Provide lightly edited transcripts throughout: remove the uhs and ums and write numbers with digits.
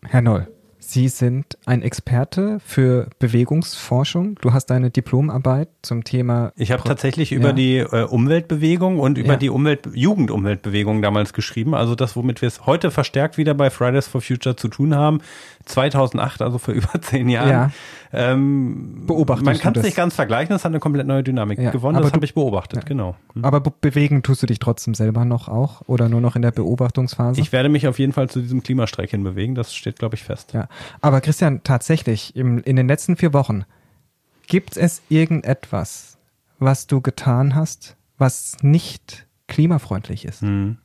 Herr Noll, Sie sind ein Experte für Bewegungsforschung. Du hast deine Diplomarbeit zum Thema... Ich habe tatsächlich über die Umweltbewegung und über die Jugendumweltbewegung damals geschrieben. Also das, womit wir es heute verstärkt wieder bei Fridays for Future zu tun haben. 2008, also vor über 10 Jahren. Ja. Beobachtest man kann es nicht ganz vergleichen, das hat eine komplett neue Dynamik gewonnen. Das habe ich beobachtet, genau. Aber bewegen tust du dich trotzdem selber noch auch oder nur noch in der Beobachtungsphase? Ich werde mich auf jeden Fall zu diesem Klimastreik hin bewegen, das steht, glaube ich, fest. Ja. Aber Christian, tatsächlich, in den letzten 4 Wochen, gibt es irgendetwas, was du getan hast, was nicht klimafreundlich ist?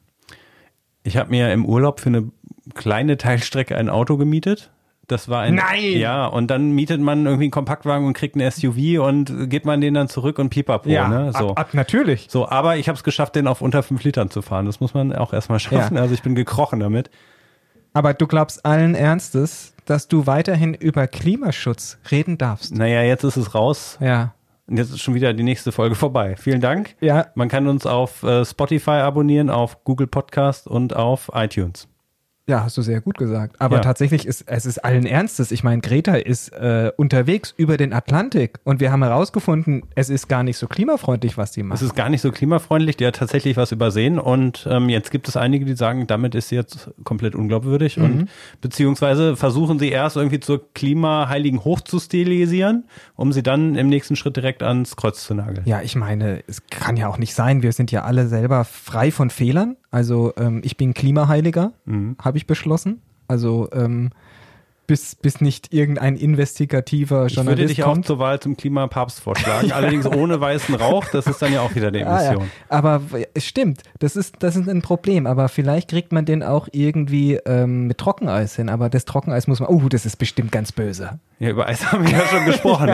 Ich habe mir im Urlaub für eine kleine Teilstrecke ein Auto gemietet. Das war ein... Nein! Ja, und dann mietet man irgendwie einen Kompaktwagen und kriegt einen SUV und geht man den dann zurück und pipapo. Ja, ne? So. Natürlich. So, aber ich habe es geschafft, den auf unter 5 Litern zu fahren. Das muss man auch erstmal schaffen. Ja. Also ich bin gekrochen damit. Aber du glaubst allen Ernstes, dass du weiterhin über Klimaschutz reden darfst? Naja, jetzt ist es raus. Ja. Und jetzt ist schon wieder die nächste Folge vorbei. Vielen Dank. Ja. Man kann uns auf Spotify abonnieren, auf Google Podcast und auf iTunes. Ja, hast du sehr gut gesagt. Aber tatsächlich es ist allen Ernstes. Ich meine, Greta ist unterwegs über den Atlantik und wir haben herausgefunden, es ist gar nicht so klimafreundlich, was sie macht. Es ist gar nicht so klimafreundlich, die hat tatsächlich was übersehen und jetzt gibt es einige, die sagen, damit ist sie jetzt komplett unglaubwürdig und beziehungsweise versuchen sie erst irgendwie zur Klimaheiligen hoch zu stilisieren, um sie dann im nächsten Schritt direkt ans Kreuz zu nageln. Ja, ich meine, es kann ja auch nicht sein, wir sind ja alle selber frei von Fehlern. Also ich bin Klimaheiliger, habe ich beschlossen. Also bis nicht irgendein investigativer Journalist kommt. Ich würde dich auch zur Wahl zum Klimapapst vorschlagen, allerdings ohne weißen Rauch, das ist dann ja auch wieder die Emission. Ja. Aber es stimmt, das ist ein Problem, aber vielleicht kriegt man den auch irgendwie mit Trockeneis hin, aber das Trockeneis muss man, das ist bestimmt ganz böse. Ja, über Eis haben wir ja schon gesprochen.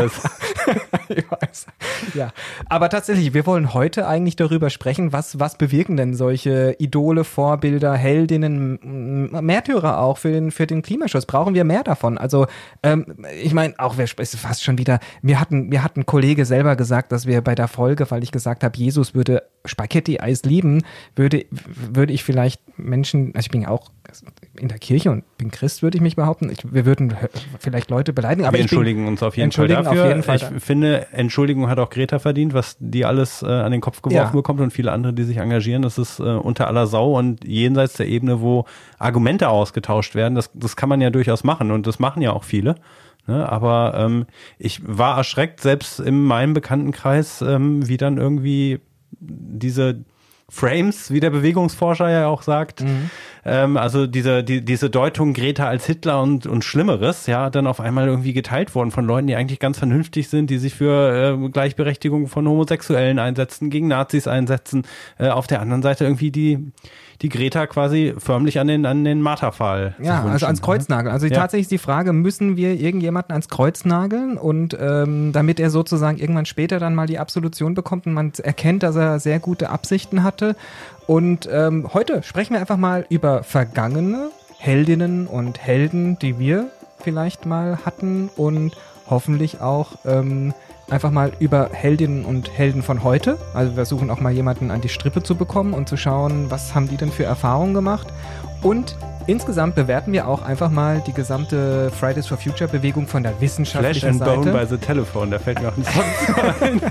Ich weiß. Ja, aber tatsächlich, wir wollen heute eigentlich darüber sprechen, was bewirken denn solche Idole, Vorbilder, Heldinnen, Märtyrer auch für den Klimaschutz? Brauchen wir mehr davon? Also ich meine, auch ist fast schon wieder, mir hat ein Kollege selber gesagt, dass wir bei der Folge, weil ich gesagt habe, Jesus würde Spaghetti-Eis lieben, würde ich vielleicht Menschen, also ich bin ja auch in der Kirche und bin Christ, würde ich mich behaupten. Wir würden vielleicht Leute beleidigen. Aber wir entschuldigen uns auf jeden Fall dafür. Ich finde, Entschuldigung hat auch Greta verdient, was die alles an den Kopf geworfen bekommt und viele andere, die sich engagieren. Das ist unter aller Sau und jenseits der Ebene, wo Argumente ausgetauscht werden. Das kann man ja durchaus machen und das machen ja auch viele. Ne? Aber ich war erschreckt, selbst in meinem Bekanntenkreis, wie dann irgendwie diese Frames, wie der Bewegungsforscher ja auch sagt, also diese Deutung Greta als Hitler und Schlimmeres, ja, dann auf einmal irgendwie geteilt worden von Leuten, die eigentlich ganz vernünftig sind, die sich für Gleichberechtigung von Homosexuellen einsetzen, gegen Nazis einsetzen, auf der anderen Seite irgendwie die Greta quasi förmlich an den Marterpfahl. Ja, also ans Kreuz nageln. Also tatsächlich ist die Frage, müssen wir irgendjemanden ans Kreuz nageln und damit er sozusagen irgendwann später dann mal die Absolution bekommt und man erkennt, dass er sehr gute Absichten hatte. Und heute sprechen wir einfach mal über vergangene Heldinnen und Helden, die wir vielleicht mal hatten und hoffentlich auch einfach mal über Heldinnen und Helden von heute. Also wir versuchen auch mal jemanden an die Strippe zu bekommen und zu schauen, was haben die denn für Erfahrungen gemacht. Und insgesamt bewerten wir auch einfach mal die gesamte Fridays for Future Bewegung von der wissenschaftlichen Seite. Flash and Bone by the Telephone, da fällt mir auch ein Song ein.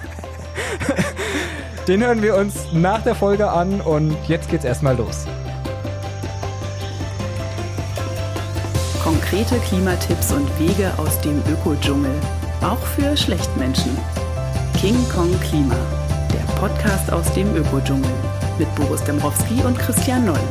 Den hören wir uns nach der Folge an und jetzt geht's erstmal los. Konkrete Klimatipps und Wege aus dem Ökodschungel. Auch für Schlechtmenschen. King Kong Klima, der Podcast aus dem Ökodschungel. Mit Boris Dembrowski und Christian Noll.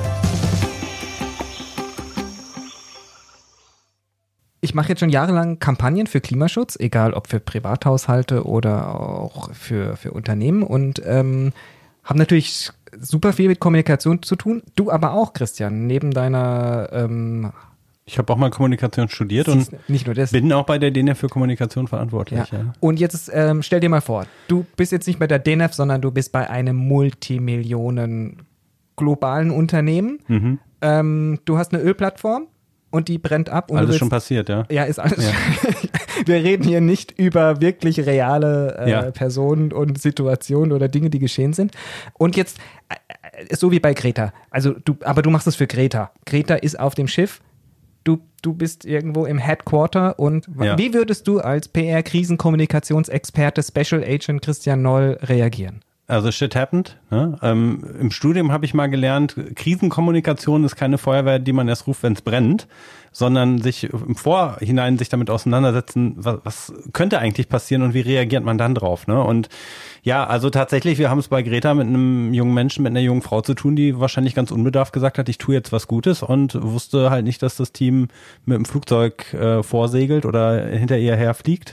Ich mache jetzt schon jahrelang Kampagnen für Klimaschutz, egal ob für Privathaushalte oder auch für Unternehmen und habe natürlich super viel mit Kommunikation zu tun. Du aber auch, Christian, neben deiner ich habe auch mal Kommunikation studiert und nicht nur das. Bin auch bei der DNF für Kommunikation verantwortlich. Ja. Ja. Und jetzt stell dir mal vor, du bist jetzt nicht bei der DNF, sondern du bist bei einem Multimillionen globalen Unternehmen. Du hast eine Ölplattform und die brennt ab. Und alles schon passiert, ja. Ja, ist alles. Ja. Wir reden hier nicht über wirklich reale Personen und Situationen oder Dinge, die geschehen sind. Und jetzt, so wie bei Greta, also du machst es für Greta. Greta ist auf dem Schiff. du bist irgendwo im Headquarter und wie würdest du als PR-Krisenkommunikationsexperte Special Agent Christian Noll reagieren? Also shit happened. Ne? Im Studium habe ich mal gelernt, Krisenkommunikation ist keine Feuerwehr, die man erst ruft, wenn es brennt, sondern sich im Vorhinein sich damit auseinandersetzen, was könnte eigentlich passieren und wie reagiert man dann drauf. Ne? Und ja, also tatsächlich, wir haben es bei Greta mit einem jungen Menschen, mit einer jungen Frau zu tun, die wahrscheinlich ganz unbedarft gesagt hat, ich tue jetzt was Gutes und wusste halt nicht, dass das Team mit dem Flugzeug vorsegelt oder hinter ihr herfliegt.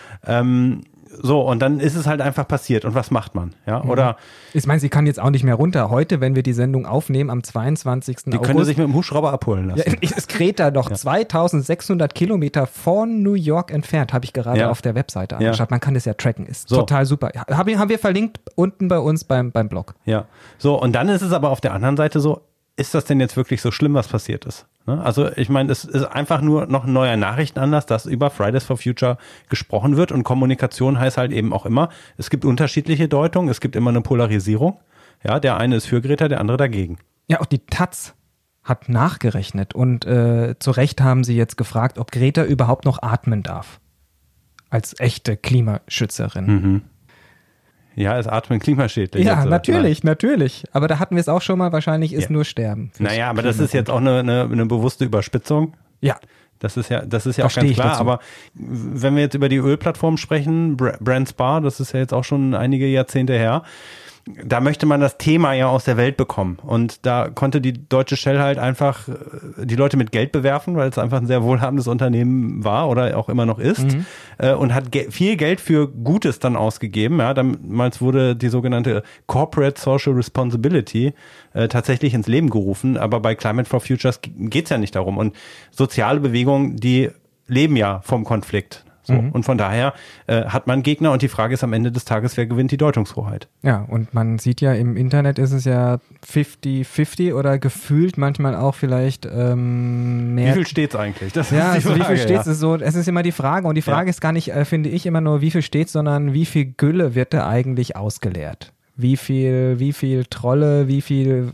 So, und dann ist es halt einfach passiert. Und was macht man? Ja, oder? Ich meine, sie kann jetzt auch nicht mehr runter. Heute, wenn wir die Sendung aufnehmen, am 22. August. Die könnte sich mit dem Hubschrauber abholen lassen. Ja, ist Greta doch 2600 Kilometer von New York entfernt, habe ich gerade auf der Webseite angeschaut. Man kann das ja tracken. Ist total super. Haben wir verlinkt unten bei uns beim Blog. Ja, so, und dann ist es aber auf der anderen Seite so, ist das denn jetzt wirklich so schlimm, was passiert ist? Also ich meine, es ist einfach nur noch ein neuer Nachrichtenanlass, dass über Fridays for Future gesprochen wird, und Kommunikation heißt halt eben auch immer, es gibt unterschiedliche Deutungen, es gibt immer eine Polarisierung. Ja, der eine ist für Greta, der andere dagegen. Ja, auch die Taz hat nachgerechnet und zu Recht haben sie jetzt gefragt, ob Greta überhaupt noch atmen darf. Als echte Klimaschützerin. Mhm. Ja, ist Atmen klimaschädlich. Ja, also, natürlich. Aber da hatten wir es auch schon mal, wahrscheinlich ist nur Sterben. Naja, aber das ist jetzt auch eine bewusste Überspitzung. Ja. Das ist ja auch ganz klar. Aber wenn wir jetzt über die Ölplattform sprechen, Brent Spar, das ist ja jetzt auch schon einige Jahrzehnte her, da möchte man das Thema ja aus der Welt bekommen. Und da konnte die deutsche Shell halt einfach die Leute mit Geld bewerfen, weil es einfach ein sehr wohlhabendes Unternehmen war oder auch immer noch ist. Und hat viel Geld für Gutes dann ausgegeben. Ja, damals wurde die sogenannte Corporate Social Responsibility tatsächlich ins Leben gerufen. Aber bei Climate for Futures geht's ja nicht darum. Und soziale Bewegungen, die leben ja vom Konflikt. So. Und von daher hat man Gegner, und die Frage ist am Ende des Tages, wer gewinnt die Deutungshoheit? Ja, und man sieht ja, im Internet ist es ja 50-50 oder gefühlt manchmal auch vielleicht mehr. Wie viel steht's eigentlich? Das ist die Frage, wie viel steht's? Ist so, es ist immer die Frage, und die Frage ist gar nicht, finde ich, immer nur, wie viel steht's, sondern wie viel Gülle wird da eigentlich ausgeleert? Wie viel Trolle, wie viel,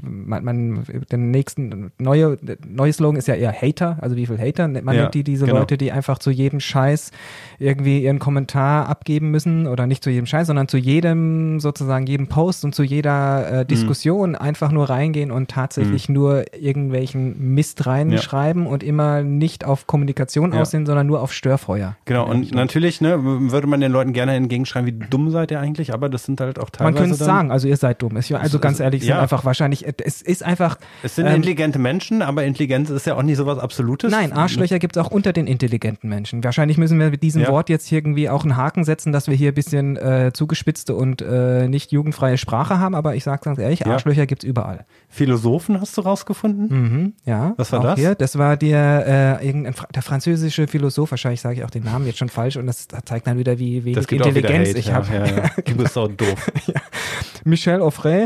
den nächsten, neue Slogan ist ja eher Hater, also wie viel Hater nennt man diese Leute, die einfach zu jedem Scheiß irgendwie ihren Kommentar abgeben müssen, oder nicht zu jedem Scheiß, sondern zu jedem Post und zu jeder Diskussion einfach nur reingehen und tatsächlich nur irgendwelchen Mist reinschreiben und immer nicht auf Kommunikation aussehen, sondern nur auf Störfeuer. Genau, und natürlich würde man den Leuten gerne entgegenschreiben, wie dumm seid ihr eigentlich, aber das sind halt auch teilweise also ihr seid dumm. Also ganz ehrlich, sind einfach wahrscheinlich, es ist einfach... Es sind intelligente Menschen, aber Intelligenz ist ja auch nicht so was Absolutes. Nein, Arschlöcher gibt es auch unter den intelligenten Menschen. Wahrscheinlich müssen wir mit diesem Wort jetzt irgendwie auch einen Haken setzen, dass wir hier ein bisschen zugespitzte und nicht jugendfreie Sprache haben, aber ich sage ganz ehrlich, Arschlöcher gibt es überall. Philosophen hast du rausgefunden? Ja. Was war das? Hier, das war der französische Philosoph, wahrscheinlich sage ich auch den Namen jetzt schon falsch, und das zeigt dann wieder, wie wenig Intelligenz ich habe. Du bist auch doof. Michel Onfray,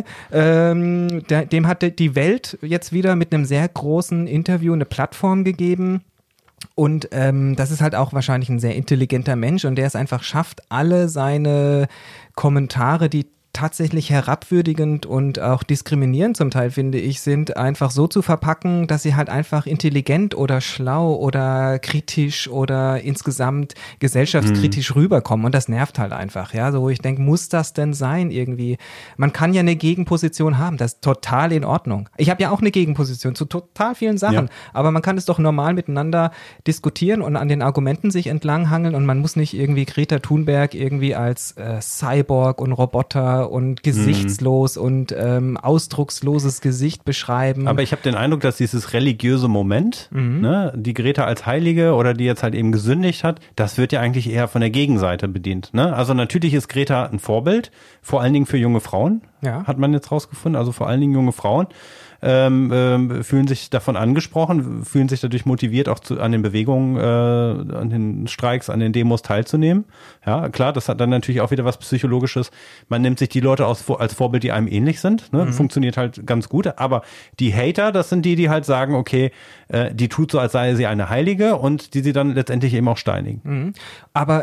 dem hat die Welt jetzt wieder mit einem sehr großen Interview eine Plattform gegeben. Und das ist halt auch wahrscheinlich ein sehr intelligenter Mensch, und der es einfach schafft, alle seine Kommentare, die tatsächlich herabwürdigend und auch diskriminierend zum Teil, finde ich, sind, einfach so zu verpacken, dass sie halt einfach intelligent oder schlau oder kritisch oder insgesamt gesellschaftskritisch rüberkommen, und das nervt halt einfach, ja, so wo ich denke, muss das denn sein irgendwie? Man kann ja eine Gegenposition haben, das ist total in Ordnung. Ich habe ja auch eine Gegenposition zu total vielen Sachen, aber man kann es doch normal miteinander diskutieren und an den Argumenten sich entlanghangeln, und man muss nicht irgendwie Greta Thunberg irgendwie als Cyborg und Roboter und gesichtslos und ausdrucksloses Gesicht beschreiben. Aber ich habe den Eindruck, dass dieses religiöse Moment, die Greta als Heilige oder die jetzt halt eben gesündigt hat, das wird ja eigentlich eher von der Gegenseite bedient. Ne? Also natürlich ist Greta ein Vorbild, vor allen Dingen für junge Frauen, hat man jetzt rausgefunden, also vor allen Dingen junge Frauen. Fühlen sich davon angesprochen, fühlen sich dadurch motiviert, auch an den Bewegungen, an den Streiks, an den Demos teilzunehmen. Ja, klar, das hat dann natürlich auch wieder was Psychologisches. Man nimmt sich die Leute als Vorbild, die einem ähnlich sind. Ne? Funktioniert halt ganz gut. Aber die Hater, das sind die halt sagen, okay, die tut so, als sei sie eine Heilige, und die sie dann letztendlich eben auch steinigen. Aber es ist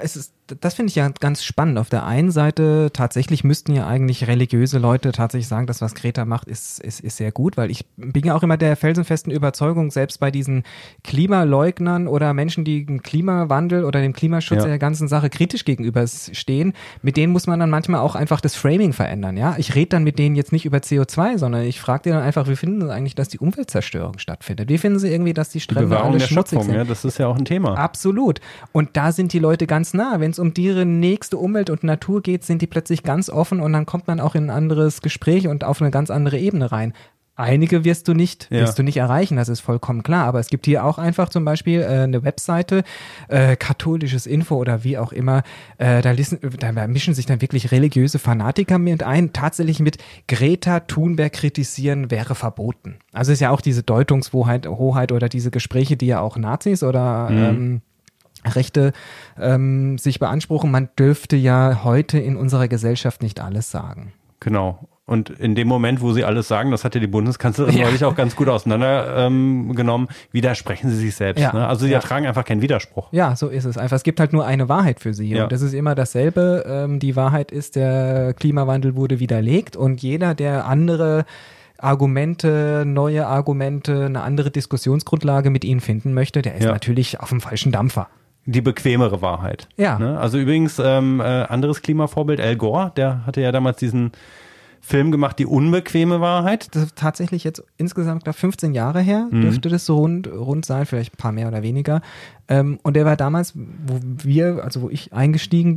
das finde ich ja ganz spannend. Auf der einen Seite tatsächlich müssten ja eigentlich religiöse Leute tatsächlich sagen, dass was Greta macht, ist sehr gut, weil ich bin ja auch immer der felsenfesten Überzeugung, selbst bei diesen Klimaleugnern oder Menschen, die dem Klimawandel oder dem Klimaschutz der ganzen Sache kritisch gegenüberstehen, mit denen muss man dann manchmal auch einfach das Framing verändern. Ja, ich rede dann mit denen jetzt nicht über CO2, sondern ich frage die dann einfach, wie finden sie eigentlich, dass die Umweltzerstörung stattfindet? Wie finden sie irgendwie, dass die Strände alle schmutzig sind? Ja, das ist ja auch ein Thema. Absolut. Und da sind die Leute ganz nah. Wenn es um deren nächste Umwelt und Natur geht, sind die plötzlich ganz offen und dann kommt man auch in ein anderes Gespräch und auf eine ganz andere Ebene rein. Einige wirst du nicht erreichen, das ist vollkommen klar, aber es gibt hier auch einfach zum Beispiel eine Webseite, katholisches Info oder wie auch immer, da mischen sich dann wirklich religiöse Fanatiker mit ein, tatsächlich mit Greta Thunberg kritisieren wäre verboten. Also ist ja auch diese Deutungshoheit oder diese Gespräche, die ja auch Nazis oder Rechte sich beanspruchen, man dürfte ja heute in unserer Gesellschaft nicht alles sagen. Genau. Und in dem Moment, wo sie alles sagen, das hat ja die Bundeskanzlerin neulich auch ganz gut auseinandergenommen, widersprechen sie sich selbst. Ja. Ne? Also sie ertragen einfach keinen Widerspruch. Ja, so ist es einfach. Es gibt halt nur eine Wahrheit für sie. Ja. Und das ist immer dasselbe. Die Wahrheit ist, der Klimawandel wurde widerlegt und jeder, der andere Argumente, neue Argumente, eine andere Diskussionsgrundlage mit ihnen finden möchte, der ist natürlich auf dem falschen Dampfer. Die bequemere Wahrheit. Ja. Ne? Also übrigens, anderes Klimavorbild, Al Gore, der hatte ja damals diesen Film gemacht, Die unbequeme Wahrheit. Das ist tatsächlich jetzt insgesamt, glaube ich, 15 Jahre her, dürfte das so rund sein, vielleicht ein paar mehr oder weniger. Und der war damals, wo ich eingestiegen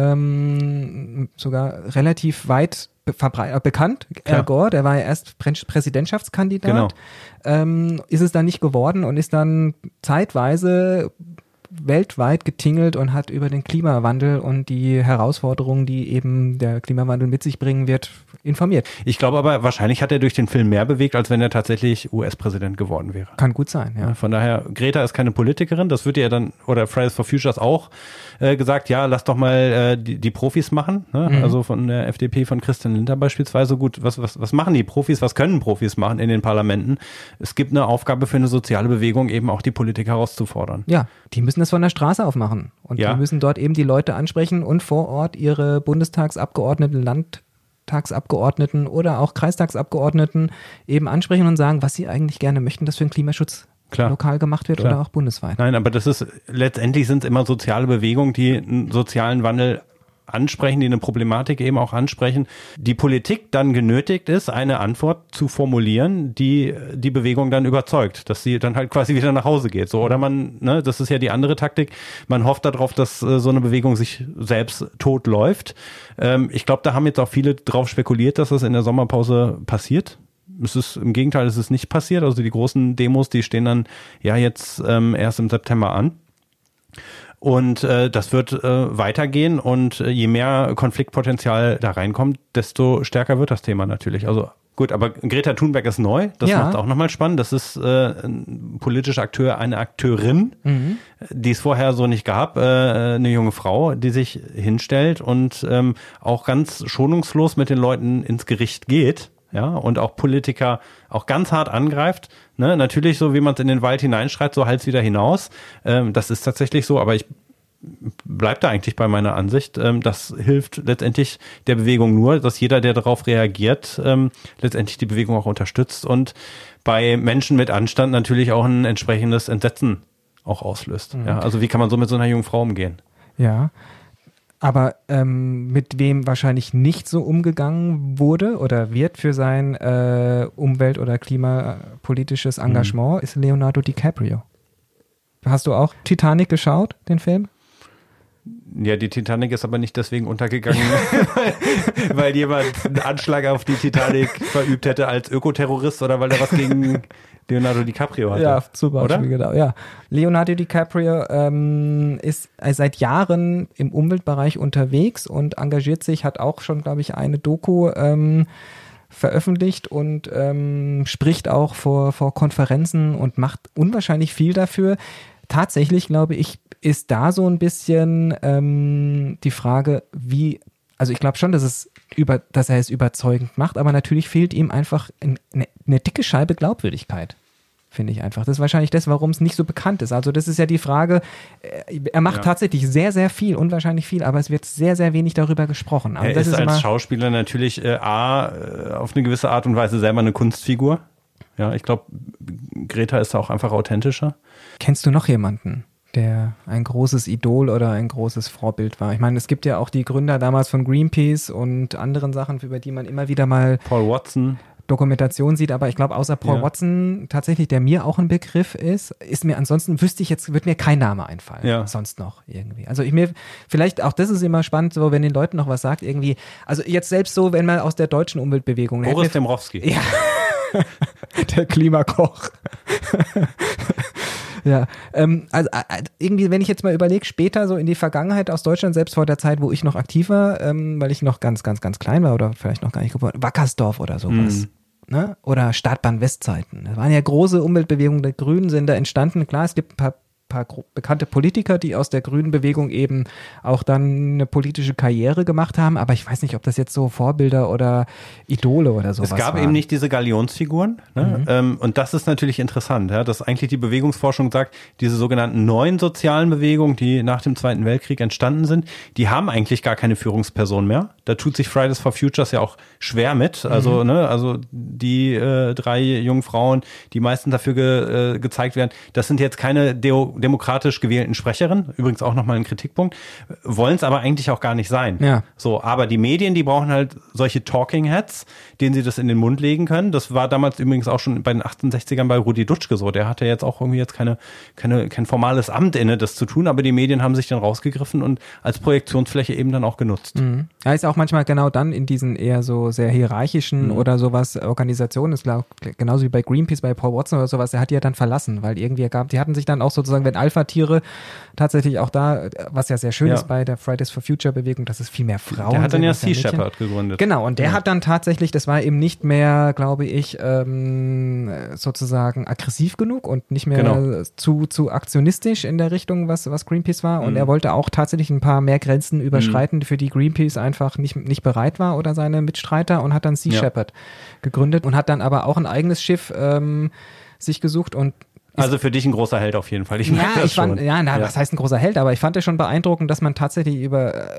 bin, sogar relativ weit bekannt. Klar. Al Gore, der war ja erst Präsidentschaftskandidat, ist es dann nicht geworden und ist dann zeitweise weltweit getingelt und hat über den Klimawandel und die Herausforderungen, die eben der Klimawandel mit sich bringen wird, informiert. Ich glaube aber, wahrscheinlich hat er durch den Film mehr bewegt, als wenn er tatsächlich US-Präsident geworden wäre. Kann gut sein, ja. Von daher, Greta ist keine Politikerin, das wird ja dann, oder Fridays for Futures auch gesagt, ja, lass doch mal die Profis machen, ne? Also von der FDP, von Christian Lindner beispielsweise. Gut, was machen die Profis, was können Profis machen in den Parlamenten? Es gibt eine Aufgabe für eine soziale Bewegung, eben auch die Politik herauszufordern. Ja, die müssen das von der Straße aufmachen und die müssen dort eben die Leute ansprechen und vor Ort ihre Bundestagsabgeordneten, Landtagsabgeordneten oder auch Kreistagsabgeordneten eben ansprechen und sagen, was sie eigentlich gerne möchten, dass für den Klimaschutz lokal gemacht wird oder auch bundesweit. Nein, aber letztendlich sind es immer soziale Bewegungen, die einen sozialen Wandel ansprechen, die eine Problematik eben auch ansprechen. Die Politik dann genötigt ist, eine Antwort zu formulieren, die die Bewegung dann überzeugt, dass sie dann halt quasi wieder nach Hause geht. So, oder das ist ja die andere Taktik, man hofft darauf, dass so eine Bewegung sich selbst tot läuft. Ich glaube, da haben jetzt auch viele drauf spekuliert, dass das in der Sommerpause passiert. Im Gegenteil, es ist nicht passiert. Also die großen Demos, die stehen dann jetzt erst im September an. Und das wird weitergehen und je mehr Konfliktpotenzial da reinkommt, desto stärker wird das Thema natürlich. Also gut, aber Greta Thunberg ist neu, das macht auch nochmal spannend. Das ist ein politischer Akteur, eine Akteurin, die es vorher so nicht gab, eine junge Frau, die sich hinstellt und auch ganz schonungslos mit den Leuten ins Gericht geht. Ja, und auch Politiker auch ganz hart angreift. Ne? Natürlich, so wie man es in den Wald hineinschreit, so halt's wieder hinaus. Das ist tatsächlich so, aber ich bleib da eigentlich bei meiner Ansicht. Das hilft letztendlich der Bewegung nur, dass jeder, der darauf reagiert, letztendlich die Bewegung auch unterstützt und bei Menschen mit Anstand natürlich auch ein entsprechendes Entsetzen auch auslöst. Ja, also wie kann man so mit so einer jungen Frau umgehen? Ja. Aber mit wem wahrscheinlich nicht so umgegangen wurde oder wird für sein umwelt- oder klimapolitisches Engagement, ist Leonardo DiCaprio. Hast du auch Titanic geschaut, den Film? Ja, die Titanic ist aber nicht deswegen untergegangen, weil jemand einen Anschlag auf die Titanic verübt hätte als Ökoterrorist oder weil er was gegen Leonardo DiCaprio hatte. Ja, zum Beispiel, oder? Genau. Ja. Leonardo DiCaprio ist seit Jahren im Umweltbereich unterwegs und engagiert sich, hat auch schon, glaube ich, eine Doku veröffentlicht und spricht auch vor Konferenzen und macht unwahrscheinlich viel dafür. Tatsächlich, glaube ich, ist da so ein bisschen die Frage, also ich glaube schon, dass er es überzeugend macht, aber natürlich fehlt ihm einfach eine dicke Scheibe Glaubwürdigkeit. finde ich einfach. Das ist wahrscheinlich das, warum es nicht so bekannt ist. Also das ist ja die Frage, er macht tatsächlich sehr, sehr viel, unwahrscheinlich viel, aber es wird sehr, sehr wenig darüber gesprochen. Also er ist als Schauspieler natürlich auf eine gewisse Art und Weise selber eine Kunstfigur. Ja, ich glaube, Greta ist da auch einfach authentischer. Kennst du noch jemanden, der ein großes Idol oder ein großes Vorbild war? Ich meine, es gibt ja auch die Gründer damals von Greenpeace und anderen Sachen, über die man immer wieder mal Paul Watson Dokumentation sieht, aber ich glaube, außer Paul Watson tatsächlich, der mir auch ein Begriff ist mir ansonsten, wird mir kein Name einfallen, sonst noch irgendwie. Also vielleicht auch das ist immer spannend, so wenn den Leuten noch was sagt, irgendwie, also jetzt selbst so, wenn man aus der deutschen Umweltbewegung. Boris Dembrowski. Ja, der Klimakoch. Ja, also irgendwie, wenn ich jetzt mal überlege, später so in die Vergangenheit aus Deutschland, selbst vor der Zeit, wo ich noch aktiv war, weil ich noch ganz, ganz, ganz klein war oder vielleicht noch gar nicht geboren, Wackersdorf oder sowas. Ne? Oder Startbahn-Westzeiten. Das waren ja große Umweltbewegungen, der Grünen sind da entstanden. Klar, es gibt ein paar bekannte Politiker, die aus der grünen Bewegung eben auch dann eine politische Karriere gemacht haben, aber ich weiß nicht, ob das jetzt so Vorbilder oder Idole oder sowas waren. Es gab eben nicht diese Galionsfiguren, ne? Und das ist natürlich interessant, ja, dass eigentlich die Bewegungsforschung sagt, diese sogenannten neuen sozialen Bewegungen, die nach dem Zweiten Weltkrieg entstanden sind, die haben eigentlich gar keine Führungsperson mehr. Da tut sich Fridays for Futures ja auch schwer mit, also also die 3 jungen Frauen, die meistens dafür gezeigt werden, das sind jetzt keine demokratisch gewählten Sprecherin, übrigens auch nochmal ein Kritikpunkt, wollen es aber eigentlich auch gar nicht sein. Ja. So, aber die Medien, die brauchen halt solche Talking Heads, denen sie das in den Mund legen können. Das war damals übrigens auch schon bei den 68ern bei Rudi Dutschke so. Der hatte jetzt auch irgendwie jetzt kein formales Amt inne, das zu tun, aber die Medien haben sich dann rausgegriffen und als Projektionsfläche eben dann auch genutzt. Ja, ist auch manchmal genau dann in diesen eher so sehr hierarchischen oder sowas Organisationen, ist genauso wie bei Greenpeace, bei Paul Watson oder sowas, der hat die ja dann verlassen, weil irgendwie die hatten sich dann auch sozusagen, wenn Alpha-Tiere tatsächlich auch da, was ja sehr schön ist bei der Fridays for Future-Bewegung, dass es viel mehr Frauen sind. Der hat dann ja Sea Shepherd gegründet. Genau, und der hat dann tatsächlich, das war eben nicht mehr, glaube ich, sozusagen aggressiv genug und nicht mehr zu aktionistisch in der Richtung, was Greenpeace war. Und er wollte auch tatsächlich ein paar mehr Grenzen überschreiten, für die Greenpeace einfach nicht bereit war oder seine Mitstreiter, und hat dann Sea Shepherd gegründet und hat dann aber auch ein eigenes Schiff sich gesucht und also für dich ein großer Held auf jeden Fall. Was heißt ein großer Held? Aber ich fand es schon beeindruckend, dass man tatsächlich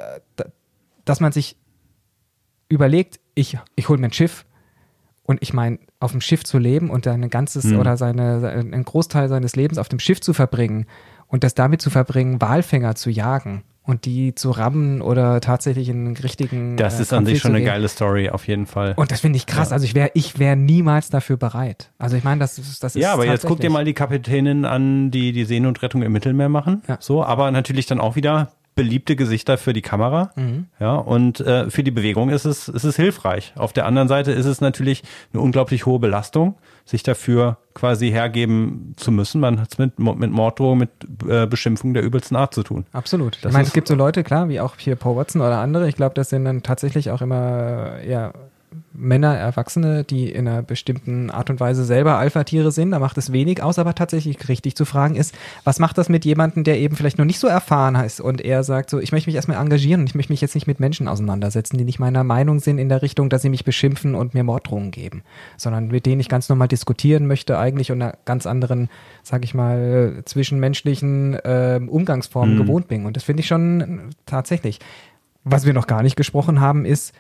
dass man sich überlegt, ich hole mir ein Schiff und ich meine, auf dem Schiff zu leben und ein ganzes oder einen Großteil seines Lebens auf dem Schiff zu verbringen und das damit zu verbringen, Walfänger zu jagen und die zu rammen oder tatsächlich in einen richtigen Das ist an sich schon eine geile Story, auf jeden Fall. Und das finde ich krass. Ja. Also ich wäre niemals dafür bereit. Also ich meine, das ist ja, aber jetzt guck dir mal die Kapitänin an, die Seenotrettung im Mittelmeer machen. Ja. So, aber natürlich dann auch wieder beliebte Gesichter für die Kamera. Ja, und für die Bewegung ist es hilfreich. Auf der anderen Seite ist es natürlich eine unglaublich hohe Belastung, sich dafür quasi hergeben zu müssen. Man hat es mit Morddrohung, mit Beschimpfung der übelsten Art zu tun. Absolut. Ich meine, es gibt so Leute, klar, wie auch hier Paul Watson oder andere. Ich glaube, das sind dann tatsächlich auch immer eher Männer, Erwachsene, die in einer bestimmten Art und Weise selber Alpha-Tiere sind, da macht es wenig aus, aber tatsächlich richtig zu fragen ist, was macht das mit jemandem, der eben vielleicht noch nicht so erfahren ist und er sagt so, ich möchte mich erstmal engagieren und ich möchte mich jetzt nicht mit Menschen auseinandersetzen, die nicht meiner Meinung sind in der Richtung, dass sie mich beschimpfen und mir Morddrohungen geben, sondern mit denen ich ganz normal diskutieren möchte eigentlich und einer ganz anderen, sag ich mal, zwischenmenschlichen Umgangsformen gewohnt bin, und das finde ich schon tatsächlich. Was wir noch gar nicht gesprochen haben ist,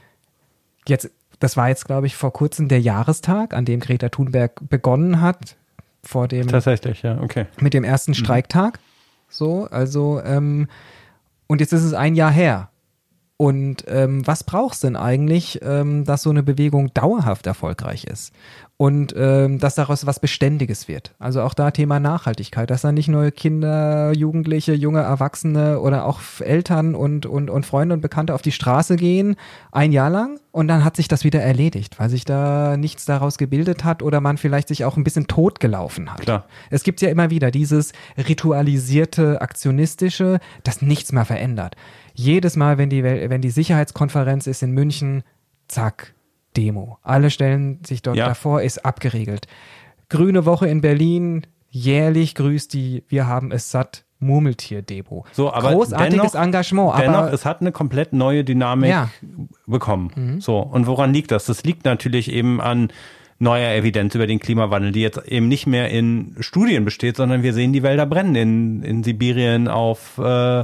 das war jetzt, glaube ich, vor kurzem der Jahrestag, an dem Greta Thunberg begonnen hat. Tatsächlich, ja, okay. Mit dem ersten Streiktag. So, also, und jetzt ist es ein Jahr her. Und was braucht es denn eigentlich, dass so eine Bewegung dauerhaft erfolgreich ist? Und dass daraus was Beständiges wird. Also auch da Thema Nachhaltigkeit, dass da nicht nur Kinder, Jugendliche, junge Erwachsene oder auch Eltern und Freunde und Bekannte auf die Straße gehen, ein Jahr lang, und dann hat sich das wieder erledigt, weil sich da nichts daraus gebildet hat oder man vielleicht sich auch ein bisschen totgelaufen hat. Klar. Es gibt ja immer wieder dieses ritualisierte, aktionistische, das nichts mehr verändert. Jedes Mal, wenn die Sicherheitskonferenz ist in München, zack, Demo. Alle stellen sich dort davor, ist abgeriegelt. Grüne Woche in Berlin, jährlich grüßt die Wir haben es satt Murmeltier-Demo. So, aber großartiges Engagement. Dennoch, es hat eine komplett neue Dynamik bekommen. So, und woran liegt das? Das liegt natürlich eben an neuer Evidenz über den Klimawandel, die jetzt eben nicht mehr in Studien besteht, sondern wir sehen die Wälder brennen in Sibirien wo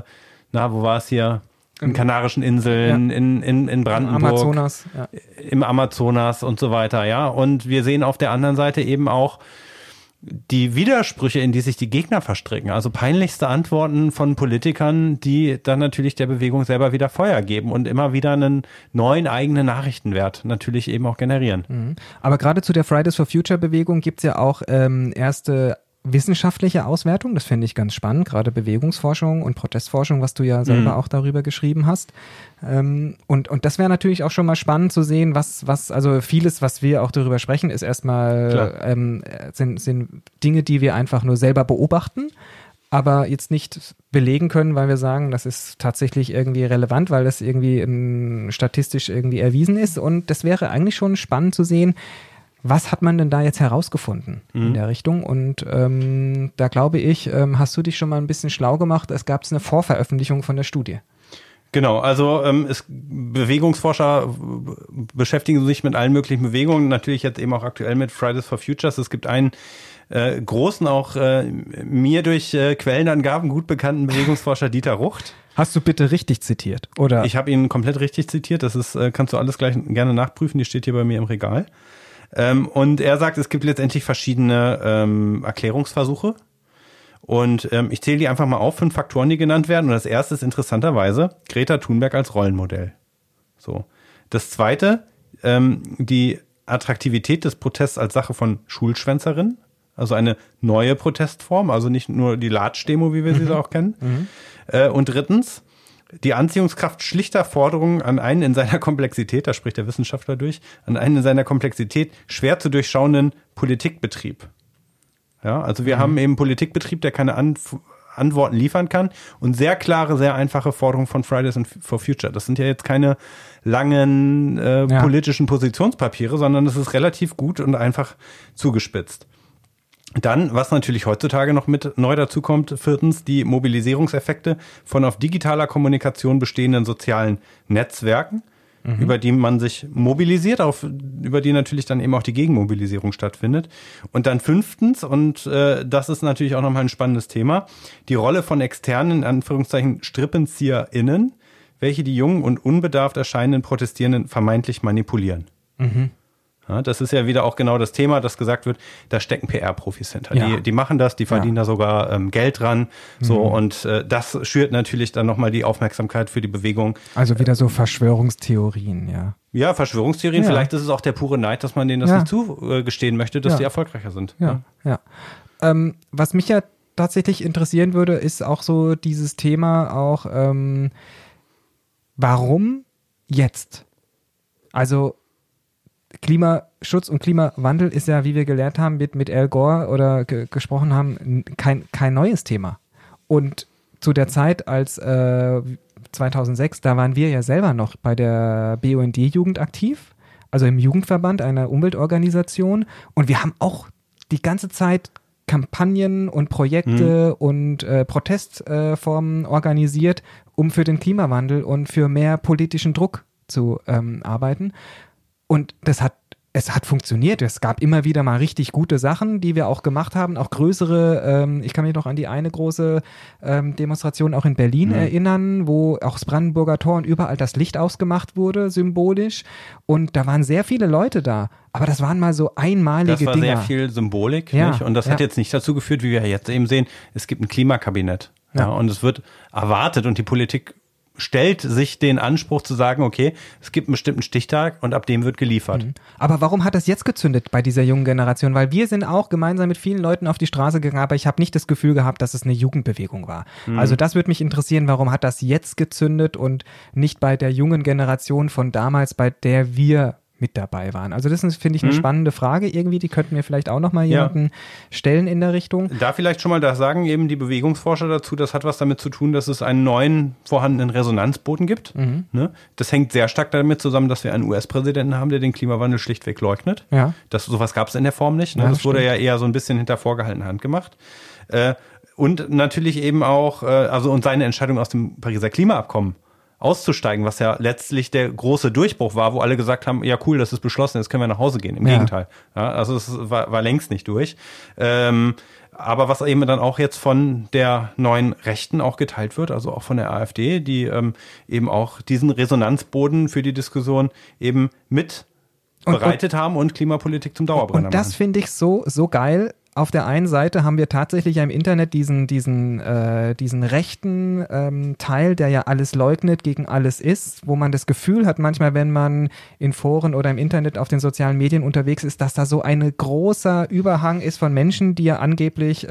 war es hier? In Kanarischen Inseln, in Brandenburg, im Amazonas, im Amazonas und so weiter, ja. Und wir sehen auf der anderen Seite eben auch die Widersprüche, in die sich die Gegner verstricken. Also peinlichste Antworten von Politikern, die dann natürlich der Bewegung selber wieder Feuer geben und immer wieder einen neuen eigenen Nachrichtenwert natürlich eben auch generieren. Mhm. Aber gerade zu der Fridays for Future Bewegung gibt es ja auch erste wissenschaftliche Auswertung, das finde ich ganz spannend, gerade Bewegungsforschung und Protestforschung, was du ja selber auch darüber geschrieben hast. Und das wäre natürlich auch schon mal spannend zu sehen, also vieles, was wir auch darüber sprechen, ist erstmal, sind Dinge, die wir einfach nur selber beobachten, aber jetzt nicht belegen können, weil wir sagen, das ist tatsächlich irgendwie relevant, weil das irgendwie statistisch irgendwie erwiesen ist. Und das wäre eigentlich schon spannend zu sehen, was hat man denn da jetzt herausgefunden in der Richtung? Und da glaube ich, hast du dich schon mal ein bisschen schlau gemacht. Es gab eine Vorveröffentlichung von der Studie. Genau, also Bewegungsforscher beschäftigen sich mit allen möglichen Bewegungen, natürlich jetzt eben auch aktuell mit Fridays for Futures. Es gibt einen großen, auch mir durch Quellenangaben gut bekannten Bewegungsforscher, Dieter Rucht. Hast du bitte richtig zitiert, oder? Ich habe ihn komplett richtig zitiert, das ist, kannst du alles gleich gerne nachprüfen, die steht hier bei mir im Regal. Und er sagt, es gibt letztendlich verschiedene Erklärungsversuche. Und ich zähle die einfach mal auf, 5 Faktoren, die genannt werden. Und das erste ist interessanterweise Greta Thunberg als Rollenmodell. So. Das zweite, die Attraktivität des Protests als Sache von Schulschwänzerinnen. Also eine neue Protestform, also nicht nur die Latsch-Demo, wie wir sie so auch kennen. Und drittens, die Anziehungskraft schlichter Forderungen an einen in seiner Komplexität, da spricht der Wissenschaftler durch, an einen in seiner Komplexität schwer zu durchschauenden Politikbetrieb. Ja, also wir haben eben Politikbetrieb, der keine Antworten liefern kann und sehr klare, sehr einfache Forderungen von Fridays for Future. Das sind ja jetzt keine langen politischen Positionspapiere, sondern es ist relativ gut und einfach zugespitzt. Dann, was natürlich heutzutage noch mit neu dazu kommt, 4. die Mobilisierungseffekte von auf digitaler Kommunikation bestehenden sozialen Netzwerken, über die man sich mobilisiert, über die natürlich dann eben auch die Gegenmobilisierung stattfindet. Und dann 5. und das ist natürlich auch nochmal ein spannendes Thema, die Rolle von externen, in Anführungszeichen, StrippenzieherInnen, welche die jungen und unbedarft erscheinenden Protestierenden vermeintlich manipulieren. Ja, das ist ja wieder auch genau das Thema, das gesagt wird, da stecken PR-Profis hinter. Ja. Die machen das, die verdienen da sogar Geld dran. So, und das schürt natürlich dann nochmal die Aufmerksamkeit für die Bewegung. Also wieder so Verschwörungstheorien, ja. Ja, Verschwörungstheorien. Ja. Vielleicht ist es auch der pure Neid, dass man denen das nicht zugestehen möchte, dass die erfolgreicher sind. Ja. Was mich ja tatsächlich interessieren würde, ist auch so dieses Thema auch, warum jetzt? Also Klimaschutz und Klimawandel ist ja, wie wir gelernt haben, mit Al Gore oder gesprochen haben, kein neues Thema. Und zu der Zeit als 2006, da waren wir ja selber noch bei der BUND-Jugend aktiv, also im Jugendverband einer Umweltorganisation. Und wir haben auch die ganze Zeit Kampagnen und Projekte und Protestformen organisiert, um für den Klimawandel und für mehr politischen Druck zu arbeiten. Und es hat funktioniert. Es gab immer wieder mal richtig gute Sachen, die wir auch gemacht haben, auch größere. Ich kann mich noch an die eine große Demonstration auch in Berlin erinnern, wo auch das Brandenburger Tor und überall das Licht ausgemacht wurde, symbolisch. Und da waren sehr viele Leute da. Aber das waren mal so einmalige Dinger. Das war sehr viel Symbolik. Nicht? Und das hat jetzt nicht dazu geführt, wie wir jetzt eben sehen, es gibt ein Klimakabinett. Ja. Und es wird erwartet und die Politik stellt sich den Anspruch zu sagen, okay, es gibt einen bestimmten Stichtag und ab dem wird geliefert. Aber warum hat das jetzt gezündet bei dieser jungen Generation? Weil wir sind auch gemeinsam mit vielen Leuten auf die Straße gegangen, aber ich habe nicht das Gefühl gehabt, dass es eine Jugendbewegung war. Also das würde mich interessieren, warum hat das jetzt gezündet und nicht bei der jungen Generation von damals, bei der wir mit dabei waren. Also das ist, finde ich, eine spannende Frage irgendwie, die könnten wir vielleicht auch nochmal jemanden stellen in der Richtung. Da vielleicht schon mal das sagen eben die Bewegungsforscher dazu, das hat was damit zu tun, dass es einen neuen vorhandenen Resonanzboden gibt. Ne? Das hängt sehr stark damit zusammen, dass wir einen US-Präsidenten haben, der den Klimawandel schlichtweg leugnet. Ja. Sowas gab es in der Form nicht. Ne? Ja, das wurde ja eher so ein bisschen hinter vorgehaltener Hand gemacht. Und natürlich eben auch, und seine Entscheidung aus dem Pariser Klimaabkommen auszusteigen, was ja letztlich der große Durchbruch war, wo alle gesagt haben, ja cool, das ist beschlossen, jetzt können wir nach Hause gehen. Im Gegenteil. Ja, also es war längst nicht durch. Aber was eben dann auch jetzt von der neuen Rechten auch geteilt wird, also auch von der AfD, die eben auch diesen Resonanzboden für die Diskussion eben mit bereitet haben und Klimapolitik zum Dauerbrenner machen. Und das finde ich so geil. Auf der einen Seite haben wir tatsächlich ja im Internet diesen rechten Teil, der ja alles leugnet, gegen alles ist, wo man das Gefühl hat manchmal, wenn man in Foren oder im Internet auf den sozialen Medien unterwegs ist, dass da so ein großer Überhang ist von Menschen, die ja angeblich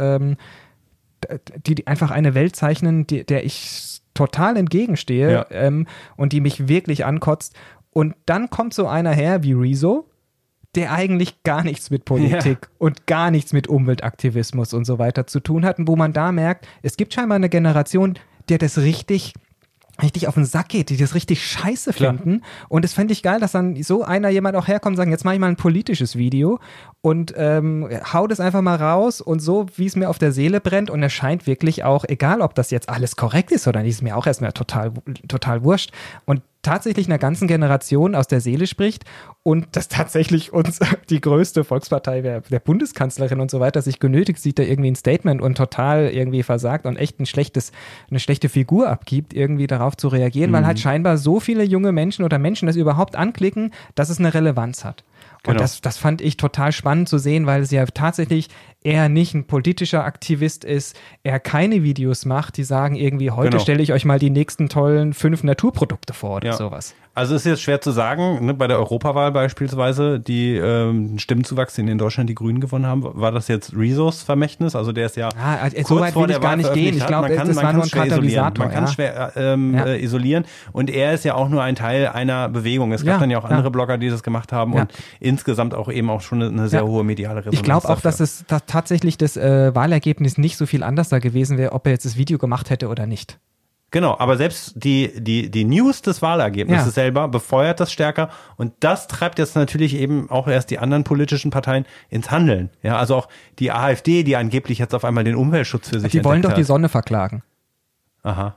die einfach eine Welt zeichnen, der ich total entgegenstehe, und die mich wirklich ankotzt. Und dann kommt so einer her wie Rezo, der eigentlich gar nichts mit Politik und gar nichts mit Umweltaktivismus und so weiter zu tun hat, und wo man da merkt, es gibt scheinbar eine Generation, der das richtig auf den Sack geht, die das richtig scheiße finden. Und das fände ich geil, dass dann so jemand auch herkommt und sagt, jetzt mache ich mal ein politisches Video und hau das einfach mal raus und so, wie es mir auf der Seele brennt, und es scheint wirklich auch, egal ob das jetzt alles korrekt ist oder nicht, ist mir auch erstmal total wurscht, und tatsächlich einer ganzen Generation aus der Seele spricht und dass tatsächlich uns die größte Volkspartei der Bundeskanzlerin und so weiter sich genötigt sieht, da irgendwie ein Statement und total irgendwie versagt und echt eine schlechte Figur abgibt, irgendwie darauf zu reagieren, weil halt scheinbar so viele junge Menschen oder Menschen das überhaupt anklicken, dass es eine Relevanz hat. Und das fand ich total spannend zu sehen, weil es ja tatsächlich er nicht ein politischer Aktivist ist, er keine Videos macht, die sagen irgendwie, heute stelle ich euch mal die nächsten tollen 5 Naturprodukte vor oder sowas. Also ist jetzt schwer zu sagen, ne, bei der Europawahl beispielsweise, die Stimmenzuwachs, den in Deutschland die Grünen gewonnen haben, war das jetzt Rezos Vermächtnis? Also der ist ja so weit will ich gar nicht gehen. Ich glaube, das war nur ein Katalysator. Man kann schwer isolieren, und er ist ja auch nur ein Teil einer Bewegung. Es gab dann ja auch andere Blogger, die das gemacht haben und insgesamt auch eben auch schon eine sehr hohe mediale Resonanz. Ich glaube auch, dass tatsächlich das Wahlergebnis nicht so viel anders da gewesen wäre, ob er jetzt das Video gemacht hätte oder nicht. Genau, aber selbst die News des Wahlergebnisses selber befeuert das stärker, und das treibt jetzt natürlich eben auch erst die anderen politischen Parteien ins Handeln. Ja, also auch die AfD, die angeblich jetzt auf einmal den Umweltschutz für sich entdeckt hat. Die wollen doch die Sonne verklagen. Aha.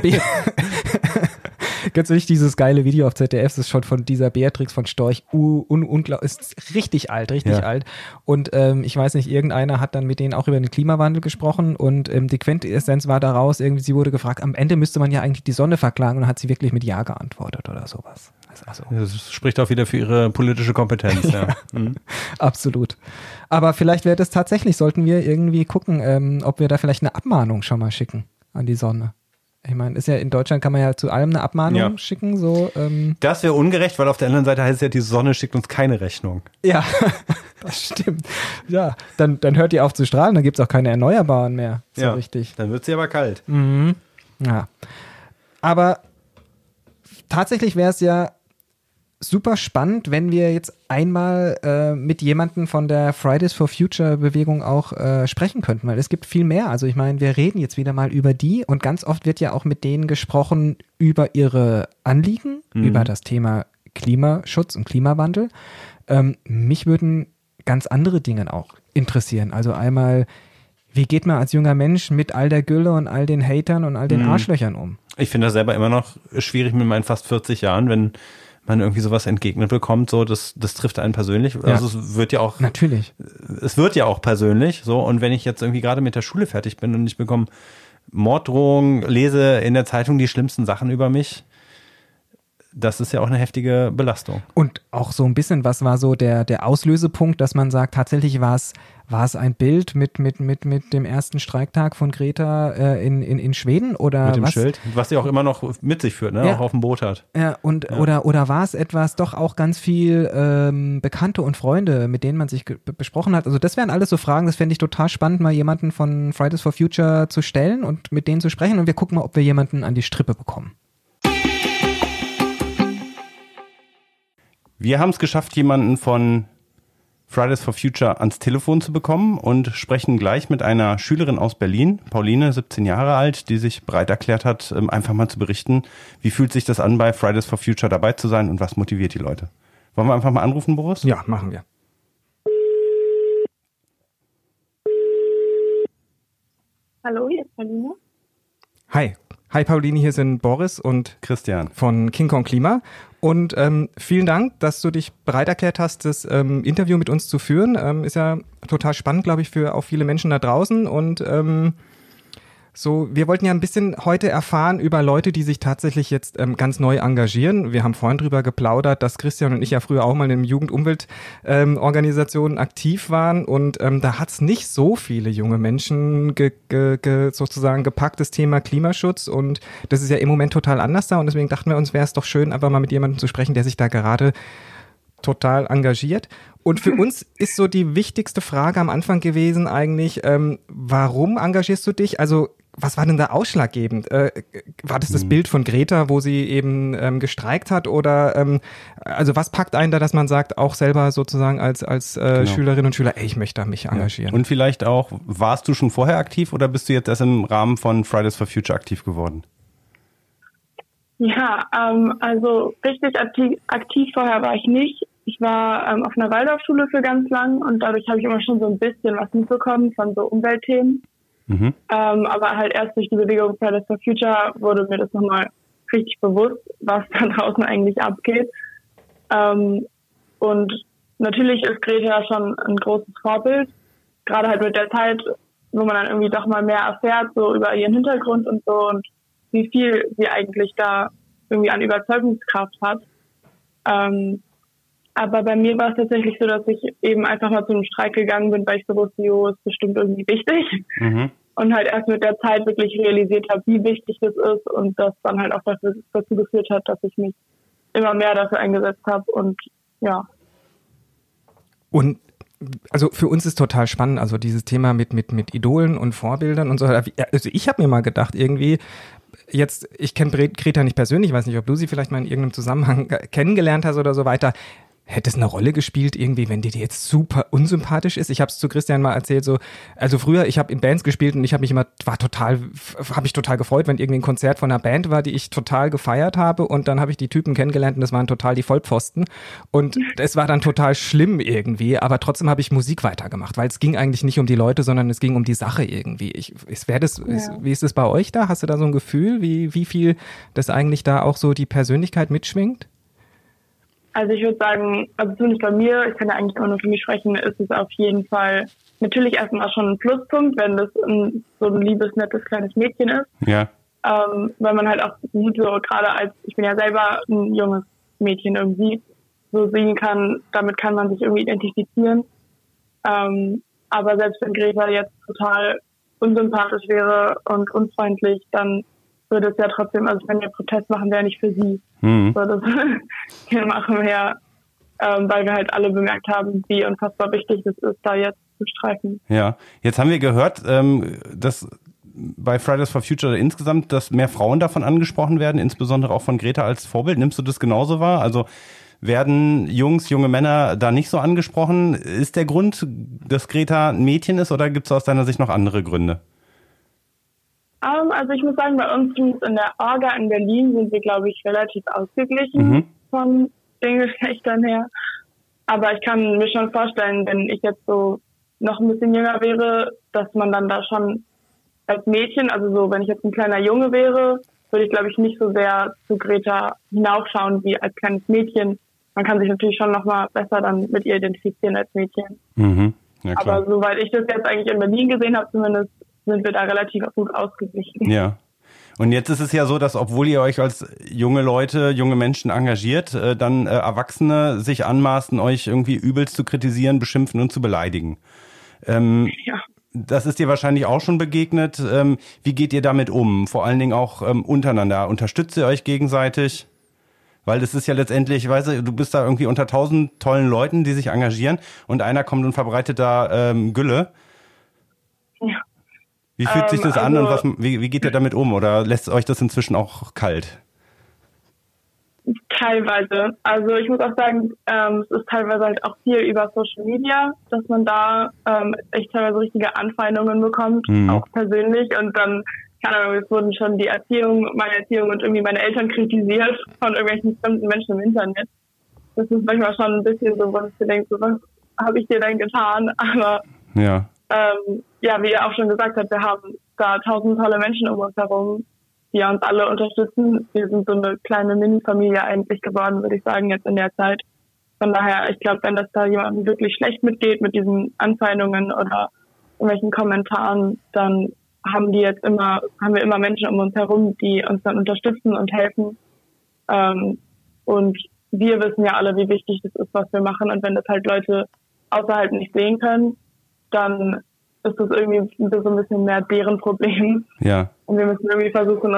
Kennst du nicht dieses geile Video auf ZDF? Das ist schon von dieser Beatrix von Storch. Ist richtig alt. Und ich weiß nicht, irgendeiner hat dann mit denen auch über den Klimawandel gesprochen, und die Quintessenz war daraus, irgendwie, sie wurde gefragt, am Ende müsste man ja eigentlich die Sonne verklagen, und dann hat sie wirklich mit Ja geantwortet oder sowas. Also, das spricht auch wieder für ihre politische Kompetenz. Absolut. Aber vielleicht wäre das tatsächlich, sollten wir irgendwie gucken, ob wir da vielleicht eine Abmahnung schon mal schicken an die Sonne. Ich meine, ist ja in Deutschland, kann man ja zu allem eine Abmahnung schicken. So, das wäre ungerecht, weil auf der anderen Seite heißt es ja, die Sonne schickt uns keine Rechnung. Ja, das stimmt. Ja, dann hört die auf zu strahlen, dann gibt es auch keine Erneuerbaren mehr. So richtig. Dann wird sie aber kalt. Mhm. Ja. Aber tatsächlich wäre es ja super spannend, wenn wir jetzt einmal mit jemandem von der Fridays for Future Bewegung auch sprechen könnten, weil es gibt viel mehr. Also ich meine, wir reden jetzt wieder mal über die, und ganz oft wird ja auch mit denen gesprochen über ihre Anliegen, über das Thema Klimaschutz und Klimawandel. Mich würden ganz andere Dinge auch interessieren. Also einmal, wie geht man als junger Mensch mit all der Gülle und all den Hatern und all den Arschlöchern um? Ich finde das selber immer noch schwierig mit meinen fast 40 Jahren, wenn man irgendwie sowas entgegnet bekommt, so, das trifft einen persönlich. Ja. Also es wird ja auch. Natürlich. Es wird ja auch persönlich, so. Und wenn ich jetzt irgendwie gerade mit der Schule fertig bin und ich bekomme Morddrohungen, lese in der Zeitung die schlimmsten Sachen über mich, das ist ja auch eine heftige Belastung. Und auch so ein bisschen, was war so der Auslösepunkt, dass man sagt, tatsächlich war es ein Bild mit dem ersten Streiktag von Greta in Schweden oder mit dem was? Schild, was sie auch immer noch mit sich führt, ne? Auch auf dem Boot hat. Ja, oder war es etwas, doch auch ganz viel Bekannte und Freunde, mit denen man sich besprochen hat? Also das wären alles so Fragen, das fände ich total spannend, mal jemanden von Fridays for Future zu stellen und mit denen zu sprechen, und wir gucken mal, ob wir jemanden an die Strippe bekommen. Wir haben es geschafft, jemanden von Fridays for Future ans Telefon zu bekommen und sprechen gleich mit einer Schülerin aus Berlin, Pauline, 17 Jahre alt, die sich bereit erklärt hat, einfach mal zu berichten, wie fühlt sich das an, bei Fridays for Future dabei zu sein und was motiviert die Leute. Wollen wir einfach mal anrufen, Boris? Ja, machen wir. Hallo, hier ist Pauline. Hi, Hi Pauline, hier sind Boris und Christian von King Kong Klima. Und vielen Dank, dass du dich bereit erklärt hast, das Interview mit uns zu führen. Ist ja total spannend, glaube ich, für auch viele Menschen da draußen. Und wir wollten ja ein bisschen heute erfahren über Leute, die sich tatsächlich jetzt ganz neu engagieren. Wir haben vorhin drüber geplaudert, dass Christian und ich ja früher auch mal in einer Jugendumweltorganisation aktiv waren. Und da hat es nicht so viele junge Menschen sozusagen gepackt, das Thema Klimaschutz. Und das ist ja im Moment total anders da. Und deswegen dachten wir uns, wäre es doch schön, einfach mal mit jemandem zu sprechen, der sich da gerade total engagiert. Und für uns ist so die wichtigste Frage am Anfang gewesen eigentlich, warum engagierst du dich? Also was war denn da ausschlaggebend? War das Bild von Greta, wo sie eben gestreikt hat? Oder also was packt einen da, dass man sagt, auch selber sozusagen als genau. Schülerinnen und Schüler, ich möchte mich engagieren? Ja. Und vielleicht auch, warst du schon vorher aktiv oder bist du jetzt erst im Rahmen von Fridays for Future aktiv geworden? Ja, also richtig aktiv vorher war ich nicht. Ich war auf einer Waldorfschule für ganz lang und dadurch habe ich immer schon so ein bisschen was mitbekommen von so Umweltthemen. Mhm. Aber halt erst durch die Bewegung Fridays for Future wurde mir das nochmal richtig bewusst, was da draußen eigentlich abgeht. Und natürlich ist Greta schon ein großes Vorbild, gerade halt mit der Zeit, wo man dann irgendwie doch mal mehr erfährt, so über ihren Hintergrund und so und wie viel sie eigentlich da irgendwie an Überzeugungskraft hat. Aber bei mir war es tatsächlich so, dass ich eben einfach mal zu einem Streik gegangen bin, weil ich so wusste, ist bestimmt irgendwie wichtig. Mhm. Und halt erst mit der Zeit wirklich realisiert habe, wie wichtig das ist und das dann halt auch dazu geführt hat, dass ich mich immer mehr dafür eingesetzt habe und ja. Und also für uns ist total spannend, also dieses Thema mit Idolen und Vorbildern und so. Also ich habe mir mal gedacht, irgendwie, jetzt, ich kenne Greta nicht persönlich, ich weiß nicht, ob du sie vielleicht mal in irgendeinem Zusammenhang kennengelernt hast oder so weiter. Hätte es eine Rolle gespielt, irgendwie, wenn die jetzt super unsympathisch ist? Ich habe es zu Christian mal erzählt, so, also früher, ich habe in Bands gespielt und ich habe mich total gefreut, wenn irgendwie ein Konzert von einer Band war, die ich total gefeiert habe und dann habe ich die Typen kennengelernt und das waren total die Vollpfosten und es war dann total schlimm irgendwie, aber trotzdem habe ich Musik weitergemacht, weil es ging eigentlich nicht um die Leute, sondern es ging um die Sache irgendwie. Wie ist es bei euch da? Hast du da so ein Gefühl, wie viel das eigentlich da auch so die Persönlichkeit mitschwingt? Also ich würde sagen, also zumindest bei mir, ich kann ja eigentlich auch nur für mich sprechen, ist es auf jeden Fall natürlich erstmal schon ein Pluspunkt, wenn das so ein liebes, nettes, kleines Mädchen ist. Ja. Weil man halt auch sieht, so gerade ich bin ja selber ein junges Mädchen irgendwie, so sehen kann, damit kann man sich irgendwie identifizieren. Aber selbst wenn Greta jetzt total unsympathisch wäre und unfreundlich, dann würde es ja trotzdem, also wenn wir Protest machen, wäre nicht für sie. Mhm. So, das wir machen wir, weil wir halt alle bemerkt haben, wie unfassbar wichtig es ist, da jetzt zu streiken. Ja, jetzt haben wir gehört, dass bei Fridays for Future insgesamt, dass mehr Frauen davon angesprochen werden, insbesondere auch von Greta als Vorbild. Nimmst du das genauso wahr? Also werden junge Männer da nicht so angesprochen? Ist der Grund, dass Greta ein Mädchen ist oder gibt es aus deiner Sicht noch andere Gründe? Also ich muss sagen, bei uns in der Orga in Berlin sind wir, glaube ich, relativ ausgeglichen von den Geschlechtern her. Aber ich kann mir schon vorstellen, wenn ich jetzt so noch ein bisschen jünger wäre, dass man dann da schon als Mädchen, also so, wenn ich jetzt ein kleiner Junge wäre, würde ich, glaube ich, nicht so sehr zu Greta hinaufschauen wie als kleines Mädchen. Man kann sich natürlich schon noch mal besser dann mit ihr identifizieren als Mädchen. Mhm. Ja, klar. Aber soweit ich das jetzt eigentlich in Berlin gesehen habe, zumindest, sind wir da relativ gut ausgeglichen. Ja. Und jetzt ist es ja so, dass obwohl ihr euch als junge Menschen engagiert, dann Erwachsene sich anmaßen, euch irgendwie übelst zu kritisieren, beschimpfen und zu beleidigen. Ja. Das ist dir wahrscheinlich auch schon begegnet. Wie geht ihr damit um? Vor allen Dingen auch untereinander. Unterstützt ihr euch gegenseitig? Weil das ist ja letztendlich, weißt du bist da irgendwie unter 1000 tollen Leuten, die sich engagieren und einer kommt und verbreitet da Gülle. Ja. Wie fühlt sich das an und wie geht ihr damit um? Oder lässt euch das inzwischen auch kalt? Teilweise. Also ich muss auch sagen, es ist teilweise halt auch viel über Social Media, dass man da echt teilweise richtige Anfeindungen bekommt, auch persönlich. Und dann, keine Ahnung, es wurden schon meine Erziehung und irgendwie meine Eltern kritisiert von irgendwelchen fremden Menschen im Internet. Das ist manchmal schon ein bisschen so, wo ich mir denke, so, was habe ich dir denn getan? Aber ja, wie er auch schon gesagt hat, wir haben da 1000 tolle Menschen um uns herum, die uns alle unterstützen. Wir sind so eine kleine Mini-Familie eigentlich geworden, würde ich sagen, jetzt in der Zeit. Von daher, ich glaube, wenn das da jemandem wirklich schlecht mitgeht mit diesen Anfeindungen oder irgendwelchen Kommentaren, dann haben wir immer Menschen um uns herum, die uns dann unterstützen und helfen. Und wir wissen ja alle, wie wichtig das ist, was wir machen. Und wenn das halt Leute außerhalb nicht sehen können, dann ist das irgendwie so ein bisschen mehr deren Problem. Ja. Und wir müssen irgendwie versuchen,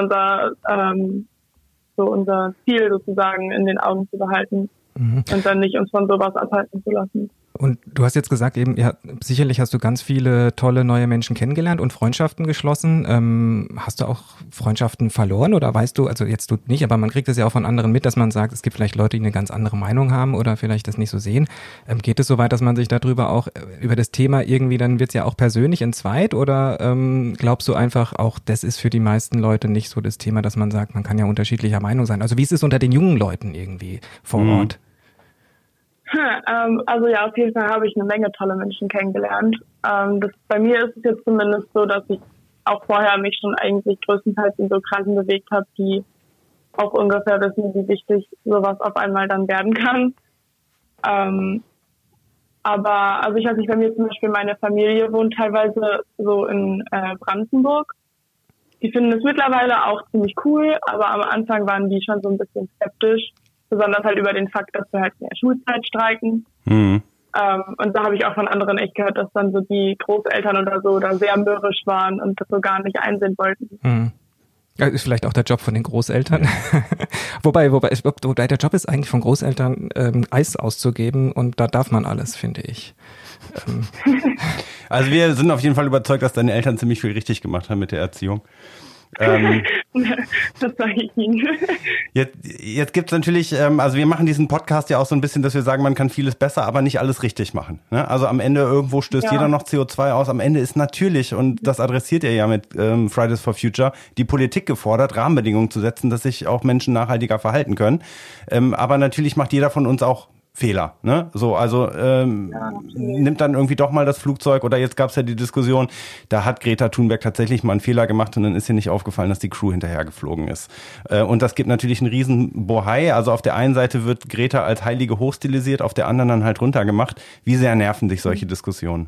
unser Ziel sozusagen in den Augen zu behalten und dann nicht uns von sowas abhalten zu lassen. Und du hast jetzt gesagt eben, ja, sicherlich hast du ganz viele tolle neue Menschen kennengelernt und Freundschaften geschlossen. Hast du auch Freundschaften verloren oder weißt du, also jetzt du nicht, aber man kriegt es ja auch von anderen mit, dass man sagt, es gibt vielleicht Leute, die eine ganz andere Meinung haben oder vielleicht das nicht so sehen. Geht es so weit, dass man sich darüber auch, über das Thema irgendwie, dann wird es ja auch persönlich entzweit oder glaubst du einfach auch, das ist für die meisten Leute nicht so das Thema, dass man sagt, man kann ja unterschiedlicher Meinung sein. Also wie ist es unter den jungen Leuten irgendwie vor Ort? Also ja, auf jeden Fall habe ich eine Menge tolle Menschen kennengelernt. Bei mir ist es jetzt zumindest so, dass ich auch vorher mich schon eigentlich größtenteils in so Kreisen bewegt habe, die auch ungefähr wissen, wie wichtig sowas auf einmal dann werden kann. Aber also ich weiß nicht, bei mir zum Beispiel meine Familie wohnt teilweise so in Brandenburg. Die finden es mittlerweile auch ziemlich cool, aber am Anfang waren die schon so ein bisschen skeptisch. Besonders halt über den Fakt, dass wir halt in der Schulzeit streiken. Und da habe ich auch von anderen echt gehört, dass dann so die Großeltern oder so da sehr mürrisch waren und das so gar nicht einsehen wollten. Ja, ist vielleicht auch der Job von den Großeltern. wobei der Job ist eigentlich von Großeltern Eis auszugeben und da darf man alles, finde ich. Also wir sind auf jeden Fall überzeugt, dass deine Eltern ziemlich viel richtig gemacht haben mit der Erziehung. Das sage ich Ihnen. Jetzt gibt's natürlich, also wir machen diesen Podcast ja auch so ein bisschen, dass wir sagen, man kann vieles besser, aber nicht alles richtig machen. Ne? Also am Ende irgendwo stößt jeder noch CO2 aus. Am Ende ist natürlich, und das adressiert ihr ja mit Fridays for Future, die Politik gefordert, Rahmenbedingungen zu setzen, dass sich auch Menschen nachhaltiger verhalten können. Aber natürlich macht jeder von uns auch Fehler, ne? So, also nimmt dann irgendwie doch mal das Flugzeug oder jetzt gab's ja die Diskussion, da hat Greta Thunberg tatsächlich mal einen Fehler gemacht und dann ist ihr nicht aufgefallen, dass die Crew hinterher geflogen ist. Und das gibt natürlich einen riesen Bohai. Also auf der einen Seite wird Greta als Heilige hochstilisiert, auf der anderen dann halt runtergemacht. Wie sehr nerven dich solche Diskussionen?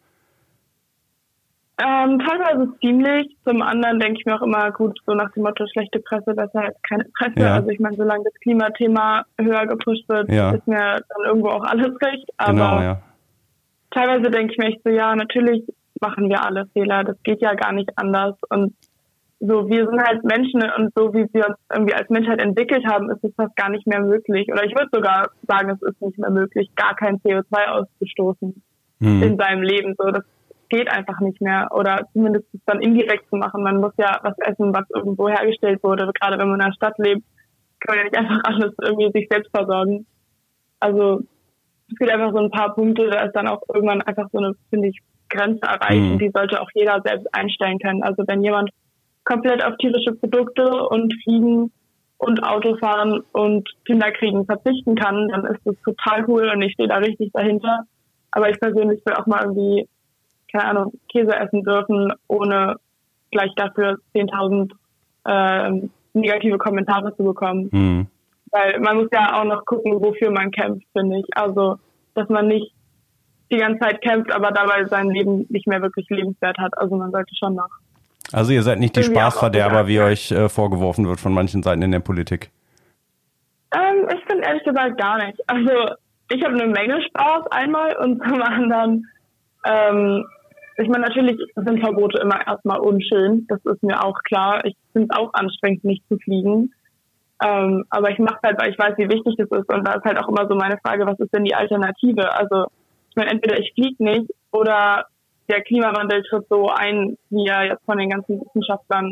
Teilweise ziemlich. Zum anderen denke ich mir auch immer, gut, so nach dem Motto, schlechte Presse, besser als keine Presse. Ja. Also ich meine, solange das Klimathema höher gepusht wird, ist mir dann irgendwo auch alles recht. Aber teilweise denke ich mir echt so, ja, natürlich machen wir alle Fehler. Das geht ja gar nicht anders. Und so, wir sind halt Menschen und so, wie wir uns irgendwie als Menschheit entwickelt haben, ist es fast gar nicht mehr möglich. Oder ich würde sogar sagen, es ist nicht mehr möglich, gar kein CO2 auszustoßen in seinem Leben. So, das geht einfach nicht mehr oder zumindest es dann indirekt zu machen. Man muss ja was essen, was irgendwo hergestellt wurde. Gerade wenn man in der Stadt lebt, kann man ja nicht einfach alles irgendwie sich selbst versorgen. Also es gibt einfach so ein paar Punkte, da ist dann auch irgendwann einfach so eine, finde ich, Grenze erreicht und die sollte auch jeder selbst einstellen können. Also wenn jemand komplett auf tierische Produkte und Fliegen und Autofahren und Kinderkriegen verzichten kann, dann ist das total cool und ich stehe da richtig dahinter. Aber ich persönlich will auch mal irgendwie, keine Ahnung, Käse essen dürfen, ohne gleich dafür 10.000 negative Kommentare zu bekommen. Weil man muss ja auch noch gucken, wofür man kämpft, finde ich. Also, dass man nicht die ganze Zeit kämpft, aber dabei sein Leben nicht mehr wirklich lebenswert hat. Also man sollte schon noch. Also ihr seid nicht die Spaßverderber, wie euch vorgeworfen wird von manchen Seiten in der Politik? Ich finde ehrlich gesagt gar nicht. Also ich habe eine Menge Spaß einmal und zum anderen, ich meine, natürlich sind Verbote immer erstmal unschön, das ist mir auch klar. Ich finde es auch anstrengend, nicht zu fliegen. Aber ich mache halt, weil ich weiß, wie wichtig das ist. Und da ist halt auch immer so meine Frage, was ist denn die Alternative? Also ich meine, entweder ich fliege nicht oder der Klimawandel tritt so ein, wie er jetzt von den ganzen Wissenschaftlern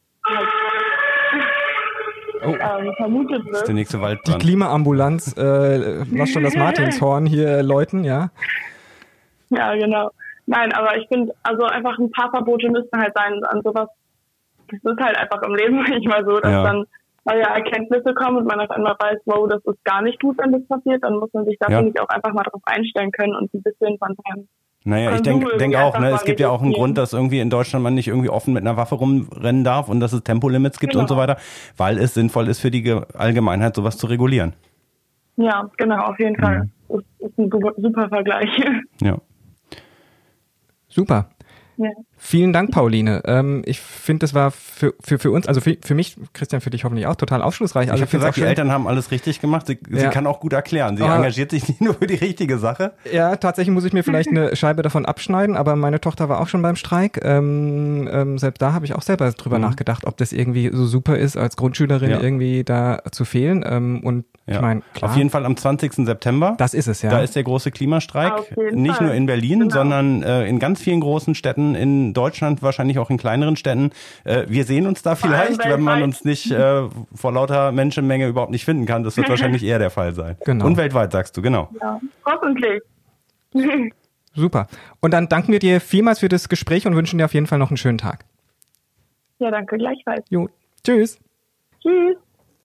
vermutet wird. Das ist der nächste Waldbrand. Die Klimaambulanz, lass schon das Martinshorn hier läuten, ja? Ja, genau. Nein, aber ich finde, also einfach ein paar Verbote müssten halt sein an sowas. Das ist halt einfach im Leben manchmal so, dass dann neue Erkenntnisse kommen und man auf einmal weiß, wow, das ist gar nicht gut, wenn das passiert, dann muss man sich da finde ich auch einfach mal drauf einstellen können und ein bisschen von seinem Naja, ich denke auch, ne, es gibt ja auch einen Grund, dass irgendwie in Deutschland man nicht irgendwie offen mit einer Waffe rumrennen darf und dass es Tempolimits gibt und so weiter, weil es sinnvoll ist für die Allgemeinheit, sowas zu regulieren. Ja, genau, auf jeden Fall. Das ist ein super Vergleich. Ja. Super. Ja. Vielen Dank, Pauline. Ich finde, das war für uns, also für mich, Christian, für dich hoffentlich auch total aufschlussreich. Also ich habe gesagt, die Eltern haben alles richtig gemacht. Sie kann auch gut erklären. Sie engagiert sich nicht nur für die richtige Sache. Ja, tatsächlich muss ich mir vielleicht eine Scheibe davon abschneiden, aber meine Tochter war auch schon beim Streik. Selbst da habe ich auch selber drüber nachgedacht, ob das irgendwie so super ist, als Grundschülerin irgendwie da zu fehlen. Und ich meine, klar. Auf jeden Fall am 20. September. Das ist es, ja. Da ist der große Klimastreik. Nicht nur in Berlin, sondern in ganz vielen großen Städten in Deutschland, wahrscheinlich auch in kleineren Städten. Wir sehen uns da vielleicht, wenn man uns nicht vor lauter Menschenmenge überhaupt nicht finden kann. Das wird wahrscheinlich eher der Fall sein. Genau. Und weltweit, sagst du, genau. Ja, hoffentlich. Super. Und dann danken wir dir vielmals für das Gespräch und wünschen dir auf jeden Fall noch einen schönen Tag. Ja, danke, gleichfalls. Jo, tschüss. Tschüss.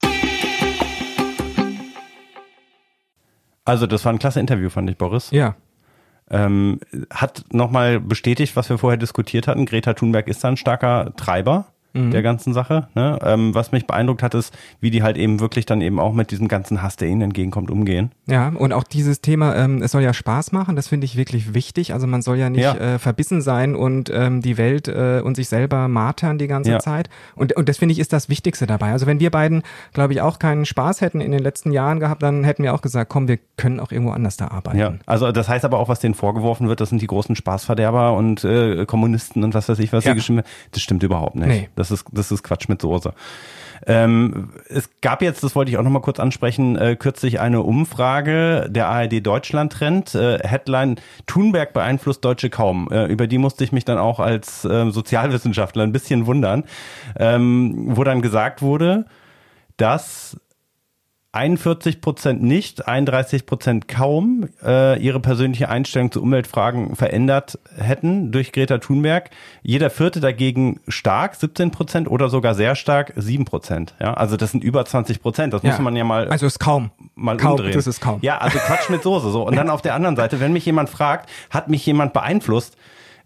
Also das war ein klasse Interview, fand ich, Boris. Ja. Hat nochmal bestätigt, was wir vorher diskutiert hatten. Greta Thunberg ist da ein starker Treiber der ganzen Sache. Ne? Was mich beeindruckt hat, ist, wie die halt eben wirklich dann eben auch mit diesem ganzen Hass, der ihnen entgegenkommt, umgehen. Ja, und auch dieses Thema, es soll ja Spaß machen, das finde ich wirklich wichtig. Also man soll ja nicht verbissen sein und die Welt und sich selber martern die ganze Zeit. Und das finde ich ist das Wichtigste dabei. Also wenn wir beiden, glaube ich, auch keinen Spaß hätten in den letzten Jahren gehabt, dann hätten wir auch gesagt, komm, wir können auch irgendwo anders da arbeiten. Ja, also das heißt aber auch, was denen vorgeworfen wird, das sind die großen Spaßverderber und Kommunisten und was weiß ich, was sie geschrieben haben. Das stimmt überhaupt nicht. Nee. Das ist Quatsch mit Soße. Es gab jetzt, das wollte ich auch noch mal kurz ansprechen, kürzlich eine Umfrage der ARD Deutschland Trend, Headline Thunberg beeinflusst Deutsche kaum. Über die musste ich mich dann auch als Sozialwissenschaftler ein bisschen wundern, wo dann gesagt wurde, dass 41% nicht, 31% kaum ihre persönliche Einstellung zu Umweltfragen verändert hätten durch Greta Thunberg. Jeder Vierte dagegen stark, 17% oder sogar sehr stark, 7%. Ja, also das sind über 20%. Das muss man ja mal. Also ist kaum. Mal umdrehen. Das ist kaum. Ja, also Quatsch mit Soße. So. Und dann auf der anderen Seite, wenn mich jemand fragt, hat mich jemand beeinflusst?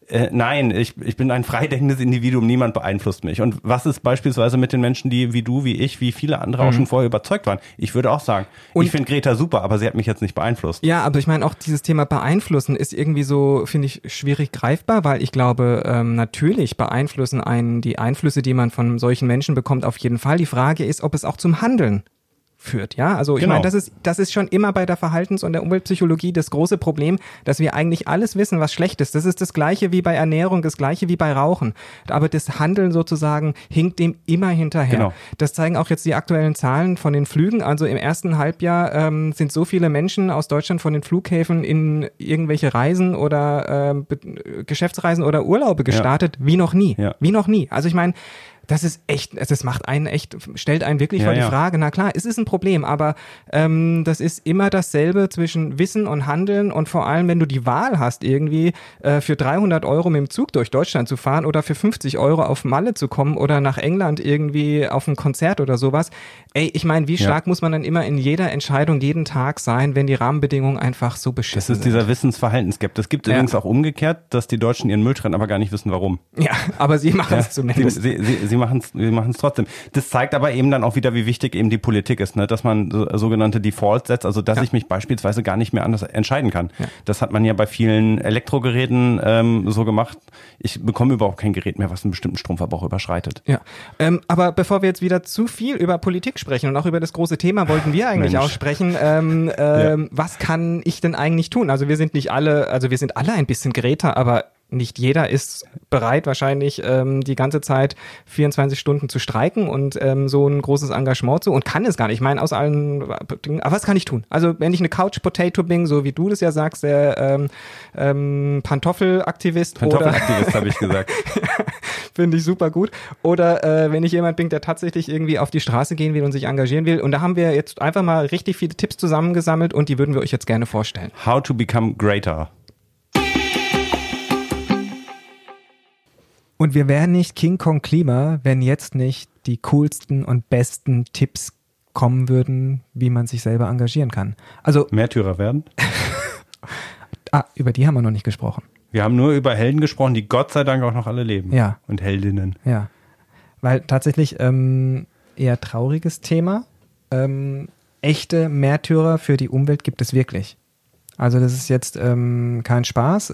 Nein, ich bin ein freidenkendes Individuum, niemand beeinflusst mich. Und was ist beispielsweise mit den Menschen, die wie du, wie ich, wie viele andere auch schon vorher überzeugt waren? Ich würde auch sagen, ich finde Greta super, aber sie hat mich jetzt nicht beeinflusst. Ja, aber ich meine auch dieses Thema beeinflussen ist irgendwie so, finde ich, schwierig greifbar, weil ich glaube, natürlich beeinflussen einen die Einflüsse, die man von solchen Menschen bekommt, auf jeden Fall. Die Frage ist, ob es auch zum Handeln führt, ja, also ich meine, das ist schon immer bei der Verhaltens- und der Umweltpsychologie das große Problem, dass wir eigentlich alles wissen, was schlecht ist. Das ist das Gleiche wie bei Ernährung, das Gleiche wie bei Rauchen, aber das Handeln sozusagen hinkt dem immer hinterher. Genau. Das zeigen auch jetzt die aktuellen Zahlen von den Flügen, also im ersten Halbjahr sind so viele Menschen aus Deutschland von den Flughäfen in irgendwelche Reisen oder Geschäftsreisen oder Urlaube gestartet, wie noch nie, wie noch nie. Also ich meine, das ist echt, das macht einen echt, stellt einen wirklich vor die Frage, na klar, es ist ein Problem, aber das ist immer dasselbe zwischen Wissen und Handeln und vor allem, wenn du die Wahl hast, irgendwie für 300 € mit dem Zug durch Deutschland zu fahren oder für 50 € auf Malle zu kommen oder nach England irgendwie auf ein Konzert oder sowas. Ey, ich meine, wie stark muss man dann immer in jeder Entscheidung jeden Tag sein, wenn die Rahmenbedingungen einfach so beschissen sind? Das ist dieser Wissensverhaltensgap. Das gibt übrigens auch umgekehrt, dass die Deutschen ihren Müll trennen, aber gar nicht wissen, warum. Ja, aber sie machen es zumindest. Sie machen es trotzdem. Das zeigt aber eben dann auch wieder, wie wichtig eben die Politik ist, ne? Dass man sogenannte Defaults setzt, also dass ich mich beispielsweise gar nicht mehr anders entscheiden kann. Ja. Das hat man ja bei vielen Elektrogeräten so gemacht. Ich bekomme überhaupt kein Gerät mehr, was einen bestimmten Stromverbrauch überschreitet. Ja, aber bevor wir jetzt wieder zu viel über Politik sprechen und auch über das große Thema, wollten wir eigentlich auch sprechen, was kann ich denn eigentlich tun? Also wir sind alle ein bisschen Greta, aber nicht jeder ist bereit, wahrscheinlich die ganze Zeit 24 Stunden zu streiken und so ein großes Engagement zu und kann es gar nicht. Ich meine, aus allen Dingen, aber was kann ich tun? Also wenn ich eine Couch-Potato bin, so wie du das ja sagst, der Pantoffelaktivist. Pantoffelaktivist habe ich gesagt. Finde ich super gut. Oder wenn ich jemand bin, der tatsächlich irgendwie auf die Straße gehen will und sich engagieren will. Und da haben wir jetzt einfach mal richtig viele Tipps zusammengesammelt und die würden wir euch jetzt gerne vorstellen. How to become greater. Und wir wären nicht King Kong Klima, wenn jetzt nicht die coolsten und besten Tipps kommen würden, wie man sich selber engagieren kann. Also Märtyrer werden? Über die haben wir noch nicht gesprochen. Wir haben nur über Helden gesprochen, die Gott sei Dank auch noch alle leben. Ja. Und Heldinnen. Ja, weil tatsächlich eher trauriges Thema. Echte Märtyrer für die Umwelt gibt es wirklich. Also das ist jetzt kein Spaß.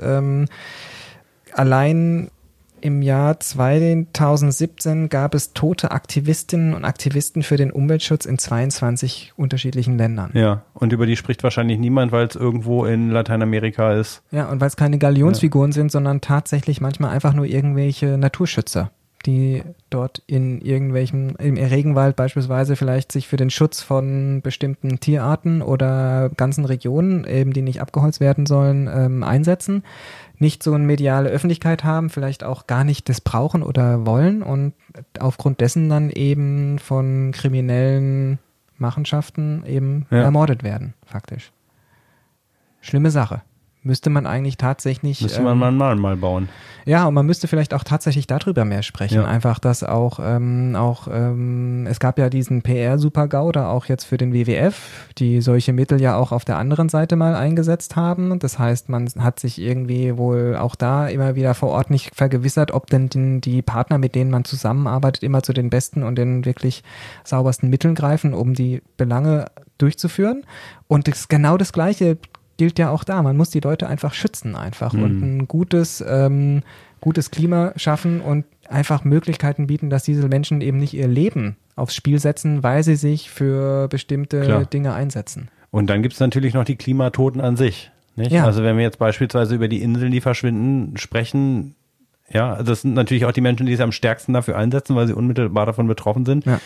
Allein im Jahr 2017 gab es tote Aktivistinnen und Aktivisten für den Umweltschutz in 22 unterschiedlichen Ländern. Ja, und über die spricht wahrscheinlich niemand, weil es irgendwo in Lateinamerika ist. Ja, und weil es keine Galionsfiguren sind, sondern tatsächlich manchmal einfach nur irgendwelche Naturschützer, die dort in irgendwelchen, im Regenwald beispielsweise vielleicht sich für den Schutz von bestimmten Tierarten oder ganzen Regionen, eben die nicht abgeholzt werden sollen, einsetzen, nicht so eine mediale Öffentlichkeit haben, vielleicht auch gar nicht das brauchen oder wollen und aufgrund dessen dann eben von kriminellen Machenschaften eben ermordet werden, faktisch. Schlimme Sache. Müsste man eigentlich tatsächlich... Müsste man mal bauen. Ja, und man müsste vielleicht auch tatsächlich darüber mehr sprechen. Ja. Einfach, dass auch es gab ja diesen PR-Super-GAU da auch jetzt für den WWF, die solche Mittel ja auch auf der anderen Seite mal eingesetzt haben. Das heißt, man hat sich irgendwie wohl auch da immer wieder vor Ort nicht vergewissert, ob denn die Partner, mit denen man zusammenarbeitet, immer zu den besten und den wirklich saubersten Mitteln greifen, um die Belange durchzuführen. Und das, genau das Gleiche gilt ja auch da. Man muss die Leute einfach schützen und ein gutes Klima schaffen und einfach Möglichkeiten bieten, dass diese Menschen eben nicht ihr Leben aufs Spiel setzen, weil sie sich für bestimmte Dinge einsetzen. Und dann gibt es natürlich noch die Klimatoten an sich. Nicht? Ja. Also wenn wir jetzt beispielsweise über die Inseln, die verschwinden, sprechen, ja, das sind natürlich auch die Menschen, die sich am stärksten dafür einsetzen, weil sie unmittelbar davon betroffen sind. Ja.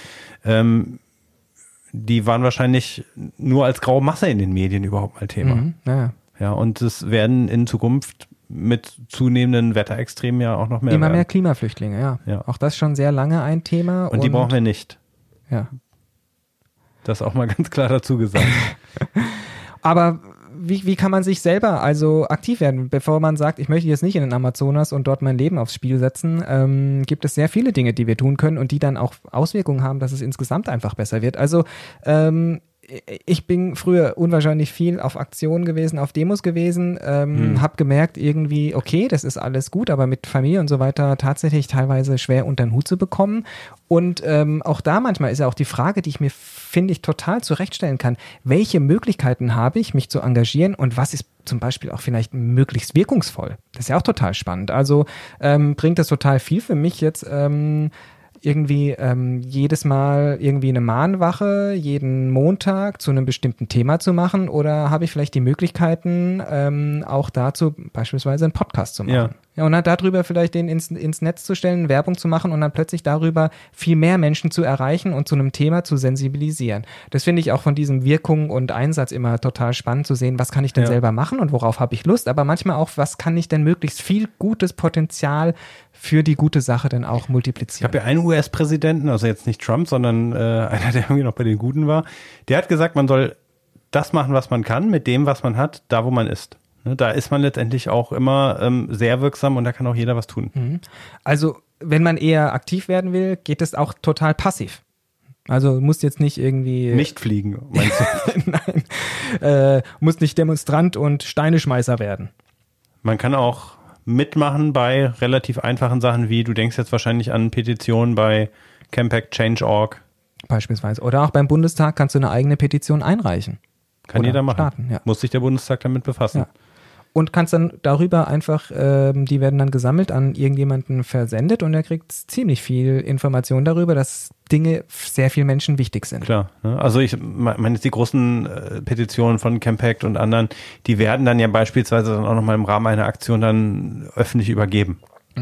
Die waren wahrscheinlich nur als graue Masse in den Medien überhaupt mal Thema. Ja, und es werden in Zukunft mit zunehmenden Wetterextremen ja auch noch mehr immer werden. Mehr Klimaflüchtlinge, ja. Auch das schon sehr lange ein Thema. Und die brauchen wir nicht. Ja. Das auch mal ganz klar dazu gesagt. Aber wie kann man sich selber also aktiv werden, bevor man sagt, ich möchte jetzt nicht in den Amazonas und dort mein Leben aufs Spiel setzen, gibt es sehr viele Dinge, die wir tun können und die dann auch Auswirkungen haben, dass es insgesamt einfach besser wird. Also ich bin früher unwahrscheinlich viel auf Aktionen gewesen, auf Demos gewesen, habe gemerkt irgendwie, okay, das ist alles gut, aber mit Familie und so weiter tatsächlich teilweise schwer unter den Hut zu bekommen. Und auch da manchmal ist ja auch die Frage, die ich mir, finde ich, total zurechtstellen kann, welche Möglichkeiten habe ich, mich zu engagieren und was ist zum Beispiel auch vielleicht möglichst wirkungsvoll? Das ist ja auch total spannend. Also bringt das total viel für mich jetzt, irgendwie jedes Mal irgendwie eine Mahnwache jeden Montag zu einem bestimmten Thema zu machen oder habe ich vielleicht die Möglichkeiten, auch dazu beispielsweise einen Podcast zu machen? Ja, und dann darüber vielleicht den ins Netz zu stellen, Werbung zu machen und dann plötzlich darüber viel mehr Menschen zu erreichen und zu einem Thema zu sensibilisieren. Das finde ich auch von diesem Wirkung und Einsatz immer total spannend zu sehen, was kann ich denn selber machen und worauf habe ich Lust, aber manchmal auch, was kann ich denn möglichst viel gutes Potenzial für die gute Sache denn auch multiplizieren. Ich habe ja einen US-Präsidenten, also jetzt nicht Trump, sondern einer, der irgendwie noch bei den Guten war, der hat gesagt, man soll das machen, was man kann, mit dem, was man hat, da, wo man ist. Da ist man letztendlich auch immer sehr wirksam und da kann auch jeder was tun. Also, wenn man eher aktiv werden will, geht es auch total passiv. Also, du musst jetzt nicht irgendwie... Nicht fliegen, meinst du? Nein, musst nicht Demonstrant und Steineschmeißer werden. Man kann auch mitmachen bei relativ einfachen Sachen wie, du denkst jetzt wahrscheinlich an Petitionen bei CampactChange.org. Beispielsweise. Oder auch beim Bundestag kannst du eine eigene Petition einreichen. Kann jeder machen. Starten, muss sich der Bundestag damit befassen. Ja. Und kannst dann darüber einfach, die werden dann gesammelt, an irgendjemanden versendet und er kriegt ziemlich viel Information darüber, dass Dinge sehr vielen Menschen wichtig sind. Klar. Also ich meine, die großen Petitionen von Campact und anderen, die werden dann ja beispielsweise dann auch nochmal im Rahmen einer Aktion dann öffentlich übergeben.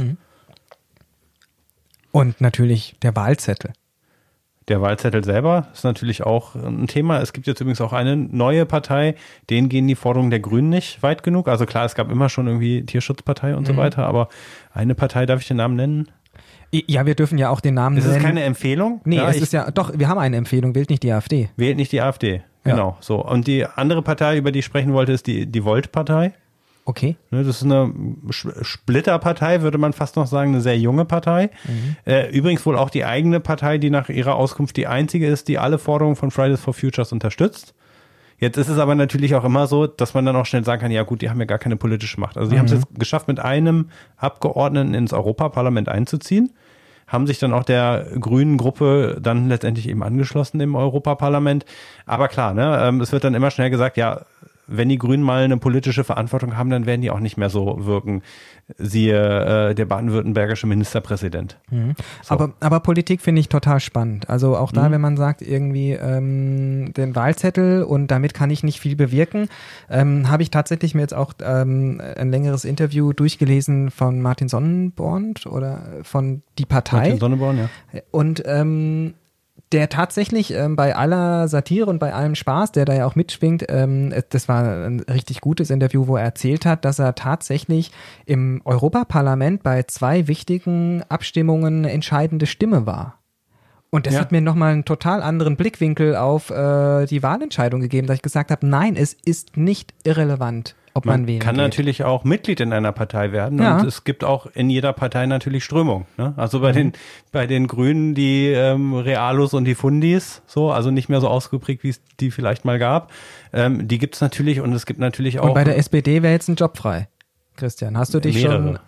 Und natürlich der Wahlzettel. Der Wahlzettel selber ist natürlich auch ein Thema. Es gibt jetzt übrigens auch eine neue Partei, denen gehen die Forderungen der Grünen nicht weit genug. Also klar, es gab immer schon irgendwie Tierschutzpartei und so weiter, aber eine Partei, darf ich den Namen nennen? Ja, wir dürfen ja auch den Namen nennen. Ist es keine Empfehlung? Nee, es ist ja, doch, wir haben eine Empfehlung, wählt nicht die AfD. Wählt nicht die AfD, genau. So. Und die andere Partei, über die ich sprechen wollte, ist die Volt-Partei. Okay. Das ist eine Splitterpartei, würde man fast noch sagen, eine sehr junge Partei. Übrigens wohl auch die eigene Partei, die nach ihrer Auskunft die einzige ist, die alle Forderungen von Fridays for Futures unterstützt. Jetzt ist es aber natürlich auch immer so, dass man dann auch schnell sagen kann, ja gut, die haben ja gar keine politische Macht. Also die haben es jetzt geschafft, mit einem Abgeordneten ins Europaparlament einzuziehen, haben sich dann auch der grünen Gruppe dann letztendlich eben angeschlossen im Europaparlament. Aber klar, ne, es wird dann immer schnell gesagt, ja, wenn die Grünen mal eine politische Verantwortung haben, dann werden die auch nicht mehr so wirken, siehe der baden-württembergische Ministerpräsident. So. Aber Politik finde ich total spannend. Also auch da, wenn man sagt, irgendwie den Wahlzettel und damit kann ich nicht viel bewirken, habe ich tatsächlich mir jetzt auch ein längeres Interview durchgelesen von Martin Sonneborn oder von Die Partei. Martin Sonneborn, ja. Und der tatsächlich bei aller Satire und bei allem Spaß, der da ja auch mitschwingt, das war ein richtig gutes Interview, wo er erzählt hat, dass er tatsächlich im Europaparlament bei 2 wichtigen Abstimmungen eine entscheidende Stimme war. Und das hat mir nochmal einen total anderen Blickwinkel auf die Wahlentscheidung gegeben, dass ich gesagt habe, nein, es ist nicht irrelevant, ob man wählen kann geht. Natürlich auch Mitglied in einer Partei werden und es gibt auch in jeder Partei natürlich Strömung. Ne? Also bei den Grünen die Realos und die Fundis, so, also nicht mehr so ausgeprägt, wie es die vielleicht mal gab. Die gibt es natürlich und es gibt natürlich auch. Und bei der SPD wäre jetzt ein Job frei. Christian, hast du schon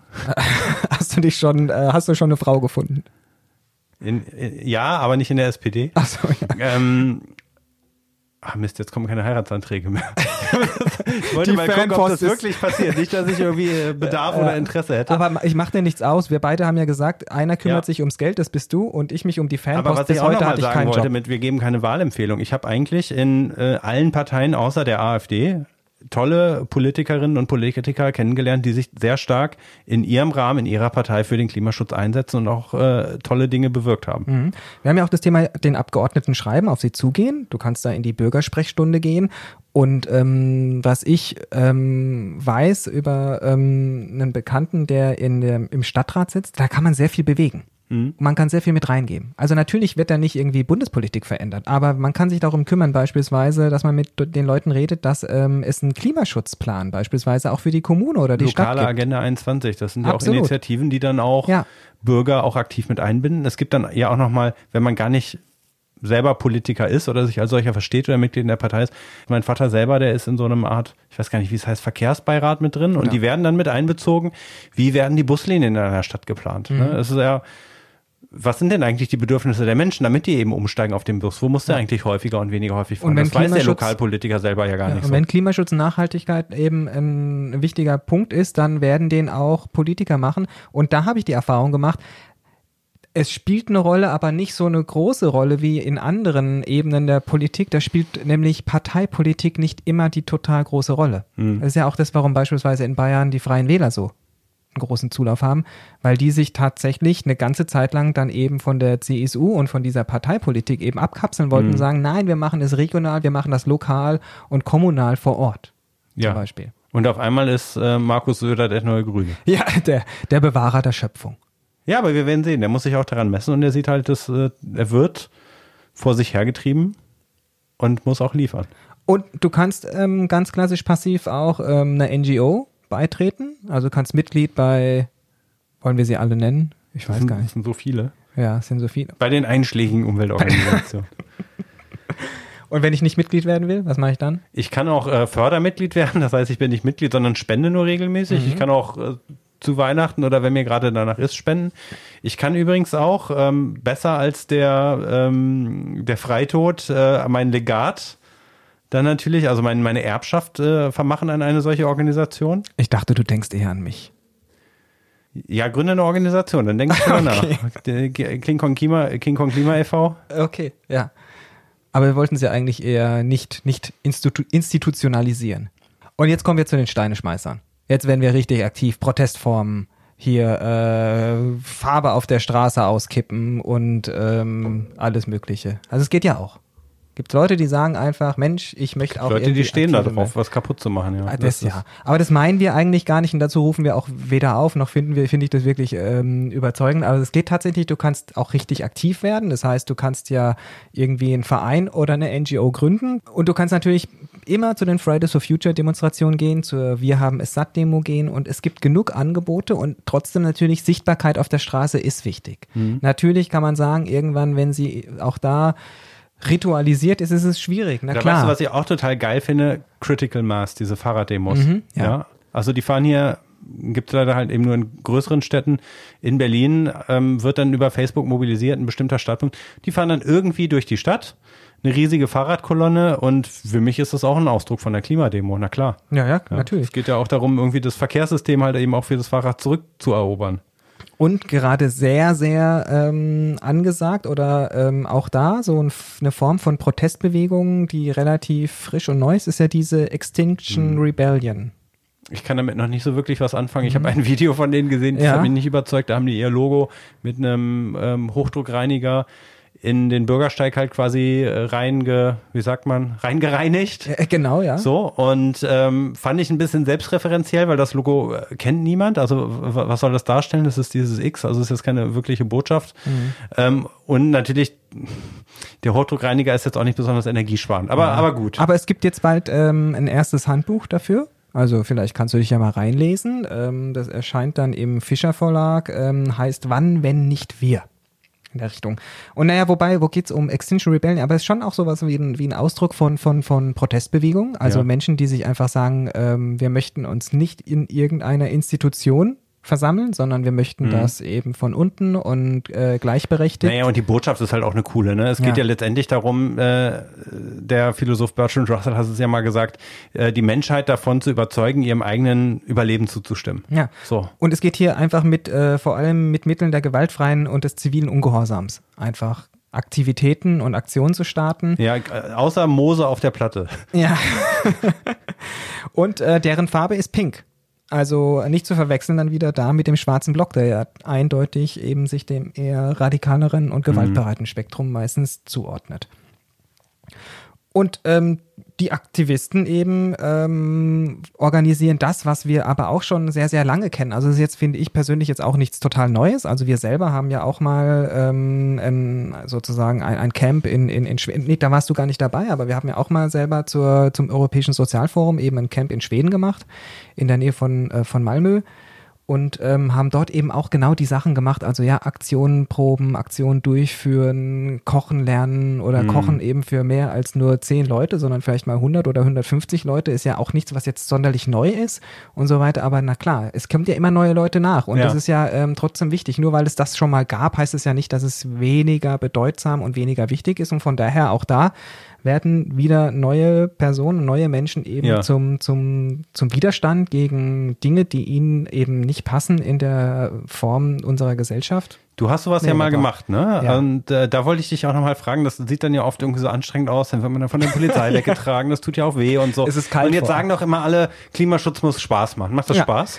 eine Frau gefunden? Ja, aber nicht in der SPD. Ach so, ja. Mist, jetzt kommen keine Heiratsanträge mehr. Ich wollte mal gucken, ob das wirklich passiert. Nicht, dass ich irgendwie Bedarf oder Interesse hätte. Aber ich mache dir nichts aus. Wir beide haben ja gesagt, einer kümmert sich ums Geld, das bist du, und ich mich um die Fanpost. Aber was ich auch noch mal sagen wollte, wir geben keine Wahlempfehlung. Ich habe eigentlich in allen Parteien außer der AfD tolle Politikerinnen und Politiker kennengelernt, die sich sehr stark in ihrem Rahmen, in ihrer Partei für den Klimaschutz einsetzen und auch tolle Dinge bewirkt haben. Wir haben ja auch das Thema, den Abgeordneten schreiben, auf sie zugehen. Du kannst da in die Bürgersprechstunde gehen. Und was ich weiß über einen Bekannten, der im Stadtrat sitzt, da kann man sehr viel bewegen. Man kann sehr viel mit reingeben. Also natürlich wird da nicht irgendwie Bundespolitik verändert, aber man kann sich darum kümmern, beispielsweise, dass man mit den Leuten redet, dass es einen Klimaschutzplan beispielsweise auch für die Kommune oder die Stadt gibt. Lokale Agenda 21, das sind ja auch Initiativen, die dann auch Bürger auch aktiv mit einbinden. Es gibt dann ja auch nochmal, wenn man gar nicht selber Politiker ist oder sich als solcher versteht oder Mitglied in der Partei ist. Mein Vater selber, der ist in so einem Art, ich weiß gar nicht, wie es heißt, Verkehrsbeirat mit drin und die werden dann mit einbezogen. Wie werden die Buslinien in einer Stadt geplant? Es ist ja, was sind denn eigentlich die Bedürfnisse der Menschen, damit die eben umsteigen auf den Bus? Wo muss der eigentlich häufiger und weniger häufig fahren? Das weiß der Lokalpolitiker selber ja gar nicht so. Und wenn Klimaschutz und Nachhaltigkeit eben ein wichtiger Punkt ist, dann werden den auch Politiker machen. Und da habe ich die Erfahrung gemacht, es spielt eine Rolle, aber nicht so eine große Rolle wie in anderen Ebenen der Politik. Da spielt nämlich Parteipolitik nicht immer die total große Rolle. Das ist ja auch das, warum beispielsweise in Bayern die Freien Wähler so einen großen Zulauf haben, weil die sich tatsächlich eine ganze Zeit lang dann eben von der CSU und von dieser Parteipolitik eben abkapseln wollten und sagen, nein, wir machen es regional, wir machen das lokal und kommunal vor Ort zum Beispiel. Und auf einmal ist Markus Söder der neue Grüne. Ja, der Bewahrer der Schöpfung. Ja, aber wir werden sehen, der muss sich auch daran messen und er sieht halt, dass er wird vor sich hergetrieben und muss auch liefern. Und du kannst ganz klassisch passiv auch einer NGO beitreten. Also du kannst Mitglied bei, wollen wir sie alle nennen? Ich weiß gar nicht. Es sind so viele. Ja, es sind so viele. Bei den einschlägigen Umweltorganisationen. Und wenn ich nicht Mitglied werden will, was mache ich dann? Ich kann auch Fördermitglied werden. Das heißt, ich bin nicht Mitglied, sondern spende nur regelmäßig. Ich kann auch zu Weihnachten oder wenn mir gerade danach ist, spenden. Ich kann übrigens auch besser als der Freitod mein Legat dann natürlich, also meine Erbschaft vermachen an eine solche Organisation. Ich dachte, du denkst eher an mich. Ja, gründe eine Organisation, dann denke ich drüber nach. King Kong Klima e.V. Okay, ja. Aber wir wollten sie eigentlich eher nicht institutionalisieren. Und jetzt kommen wir zu den Steineschmeißern. Jetzt werden wir richtig aktiv, Protestformen, hier Farbe auf der Straße auskippen und alles Mögliche. Also es geht ja auch. Gibt Leute, die sagen einfach, Mensch, ich möchte auch Leute, die stehen da drauf, was kaputt zu machen. Ja. Aber das meinen wir eigentlich gar nicht und dazu rufen wir auch weder auf, noch finde ich das wirklich überzeugend. Aber es geht tatsächlich, du kannst auch richtig aktiv werden. Das heißt, du kannst ja irgendwie einen Verein oder eine NGO gründen und du kannst natürlich immer zu den Fridays for Future Demonstrationen gehen, zur Wir haben es satt Demo gehen und es gibt genug Angebote und trotzdem natürlich Sichtbarkeit auf der Straße ist wichtig. Natürlich kann man sagen, irgendwann, wenn sie auch da ritualisiert ist, ist es schwierig. Na klar. Weißt du, was ich auch total geil finde? Critical Mass, diese Fahrraddemos. Ja. Also die fahren hier, gibt es leider halt eben nur in größeren Städten. In Berlin wird dann über Facebook mobilisiert, ein bestimmter Startpunkt. Die fahren dann irgendwie durch die Stadt, eine riesige Fahrradkolonne, und für mich ist das auch ein Ausdruck von der Klimademo, na klar. Ja, natürlich. Es geht ja auch darum, irgendwie das Verkehrssystem halt eben auch für das Fahrrad zurückzuerobern. Und gerade sehr, sehr angesagt oder auch da so eine Form von Protestbewegung, die relativ frisch und neu ist, ist ja diese Extinction Rebellion. Ich kann damit noch nicht so wirklich was anfangen. Ich habe ein Video von denen gesehen, das hat mich nicht überzeugt. Da haben die ihr Logo mit einem Hochdruckreiniger in den Bürgersteig halt quasi reingereinigt. Genau, ja. So, und fand ich ein bisschen selbstreferenziell, weil das Logo kennt niemand. Also was soll das darstellen? Das ist dieses X, also ist jetzt keine wirkliche Botschaft. Und natürlich, der Hochdruckreiniger ist jetzt auch nicht besonders energiesparend, aber gut. Aber es gibt jetzt bald ein erstes Handbuch dafür. Also vielleicht kannst du dich ja mal reinlesen. Das erscheint dann im Fischer Verlag, heißt Wann, wenn nicht wir. In der Richtung. Und naja, wo geht's um Extinction Rebellion? Aber es ist schon auch sowas wie ein Ausdruck von Protestbewegung. Also Menschen, die sich einfach sagen, wir möchten uns nicht in irgendeiner Institution versammeln, sondern wir möchten das eben von unten und gleichberechtigt. Naja, und die Botschaft ist halt auch eine coole, ne? Es geht ja letztendlich darum, der Philosoph Bertrand Russell hat es ja mal gesagt, die Menschheit davon zu überzeugen, ihrem eigenen Überleben zuzustimmen. Ja. So. Und es geht hier einfach vor allem mit Mitteln der gewaltfreien und des zivilen Ungehorsams. Einfach Aktivitäten und Aktionen zu starten. Ja, außer Mose auf der Platte. Ja. Und deren Farbe ist pink. Also nicht zu verwechseln dann wieder da mit dem schwarzen Block, der ja eindeutig eben sich dem eher radikaleren und gewaltbereiten Spektrum meistens zuordnet. Und die Aktivisten eben organisieren das, was wir aber auch schon sehr, sehr lange kennen. Also das ist jetzt, finde ich persönlich, jetzt auch nichts total Neues. Also wir selber haben ja auch mal sozusagen ein Camp in Schweden. Nee, da warst du gar nicht dabei, aber wir haben ja auch mal selber zum Europäischen Sozialforum eben ein Camp in Schweden gemacht, in der Nähe von Malmö. Und haben dort eben auch genau die Sachen gemacht, also ja, Aktionen proben, Aktionen durchführen, kochen lernen oder kochen eben für mehr als nur 10 Leute, sondern vielleicht mal 100 oder 150 Leute, ist ja auch nichts, was jetzt sonderlich neu ist und so weiter, aber na klar, es kommt ja immer neue Leute nach und das ist ja trotzdem wichtig, nur weil es das schon mal gab, heißt es ja nicht, dass es weniger bedeutsam und weniger wichtig ist und von daher auch da werden wieder neue Personen, neue Menschen eben zum Widerstand gegen Dinge, die ihnen eben nicht passen in der Form unserer Gesellschaft. Du hast sowas ja mal gemacht, ne? Ja. Und da wollte ich dich auch nochmal fragen, das sieht dann ja oft irgendwie so anstrengend aus, dann wird man dann von der Polizei weggetragen, das tut ja auch weh und so. Es ist kalt. Und jetzt sagen doch immer alle, Klimaschutz muss Spaß machen. Macht das Spaß?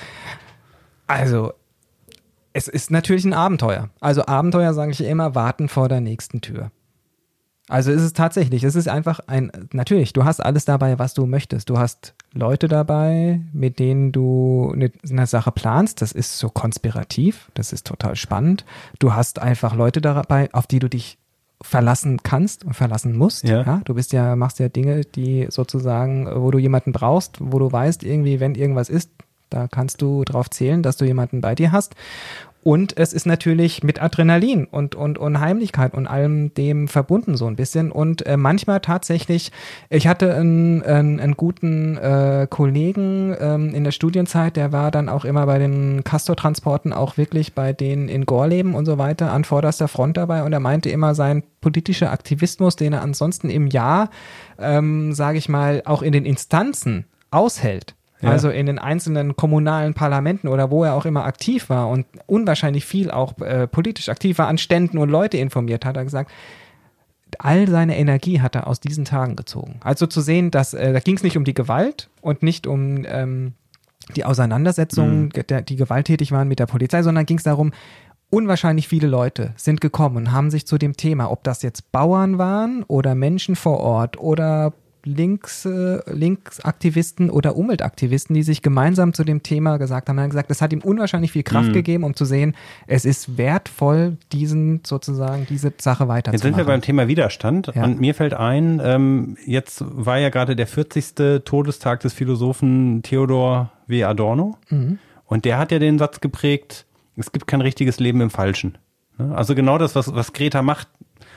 Also, es ist natürlich ein Abenteuer. Also Abenteuer, sage ich immer, warten vor der nächsten Tür. Also ist es tatsächlich, es ist einfach natürlich, du hast alles dabei, was du möchtest. Du hast Leute dabei, mit denen du eine Sache planst. Das ist so konspirativ, das ist total spannend. Du hast einfach Leute dabei, auf die du dich verlassen kannst und verlassen musst. Ja? Du machst ja Dinge, die sozusagen, wo du jemanden brauchst, wo du weißt, irgendwie, wenn irgendwas ist, da kannst du drauf zählen, dass du jemanden bei dir hast. Und es ist natürlich mit Adrenalin und Heimlichkeit und allem dem verbunden so ein bisschen. Und manchmal tatsächlich, ich hatte einen guten Kollegen in der Studienzeit, der war dann auch immer bei den Castor-Transporten, auch wirklich bei denen in Gorleben und so weiter an vorderster Front dabei. Und er meinte immer, sein politischer Aktivismus, den er ansonsten im Jahr, sage ich mal, auch in den Instanzen aushält. Also in den einzelnen kommunalen Parlamenten oder wo er auch immer aktiv war und unwahrscheinlich viel auch politisch aktiv war, an Ständen und Leute informiert, hat er gesagt, all seine Energie hat er aus diesen Tagen gezogen. Also zu sehen, dass da ging es nicht um die Gewalt und nicht um die Auseinandersetzungen, die gewalttätig waren mit der Polizei, sondern ging es darum, unwahrscheinlich viele Leute sind gekommen und haben sich zu dem Thema, ob das jetzt Bauern waren oder Menschen vor Ort oder Linksaktivisten oder Umweltaktivisten, die sich gemeinsam zu dem Thema gesagt haben, das hat ihm unwahrscheinlich viel Kraft gegeben, um zu sehen, es ist wertvoll, diese Sache weiterzumachen. Jetzt sind wir beim Thema Widerstand und mir fällt ein, jetzt war ja gerade der 40. Todestag des Philosophen Theodor W. Adorno und der hat ja den Satz geprägt, es gibt kein richtiges Leben im Falschen. Also genau das, was Greta macht,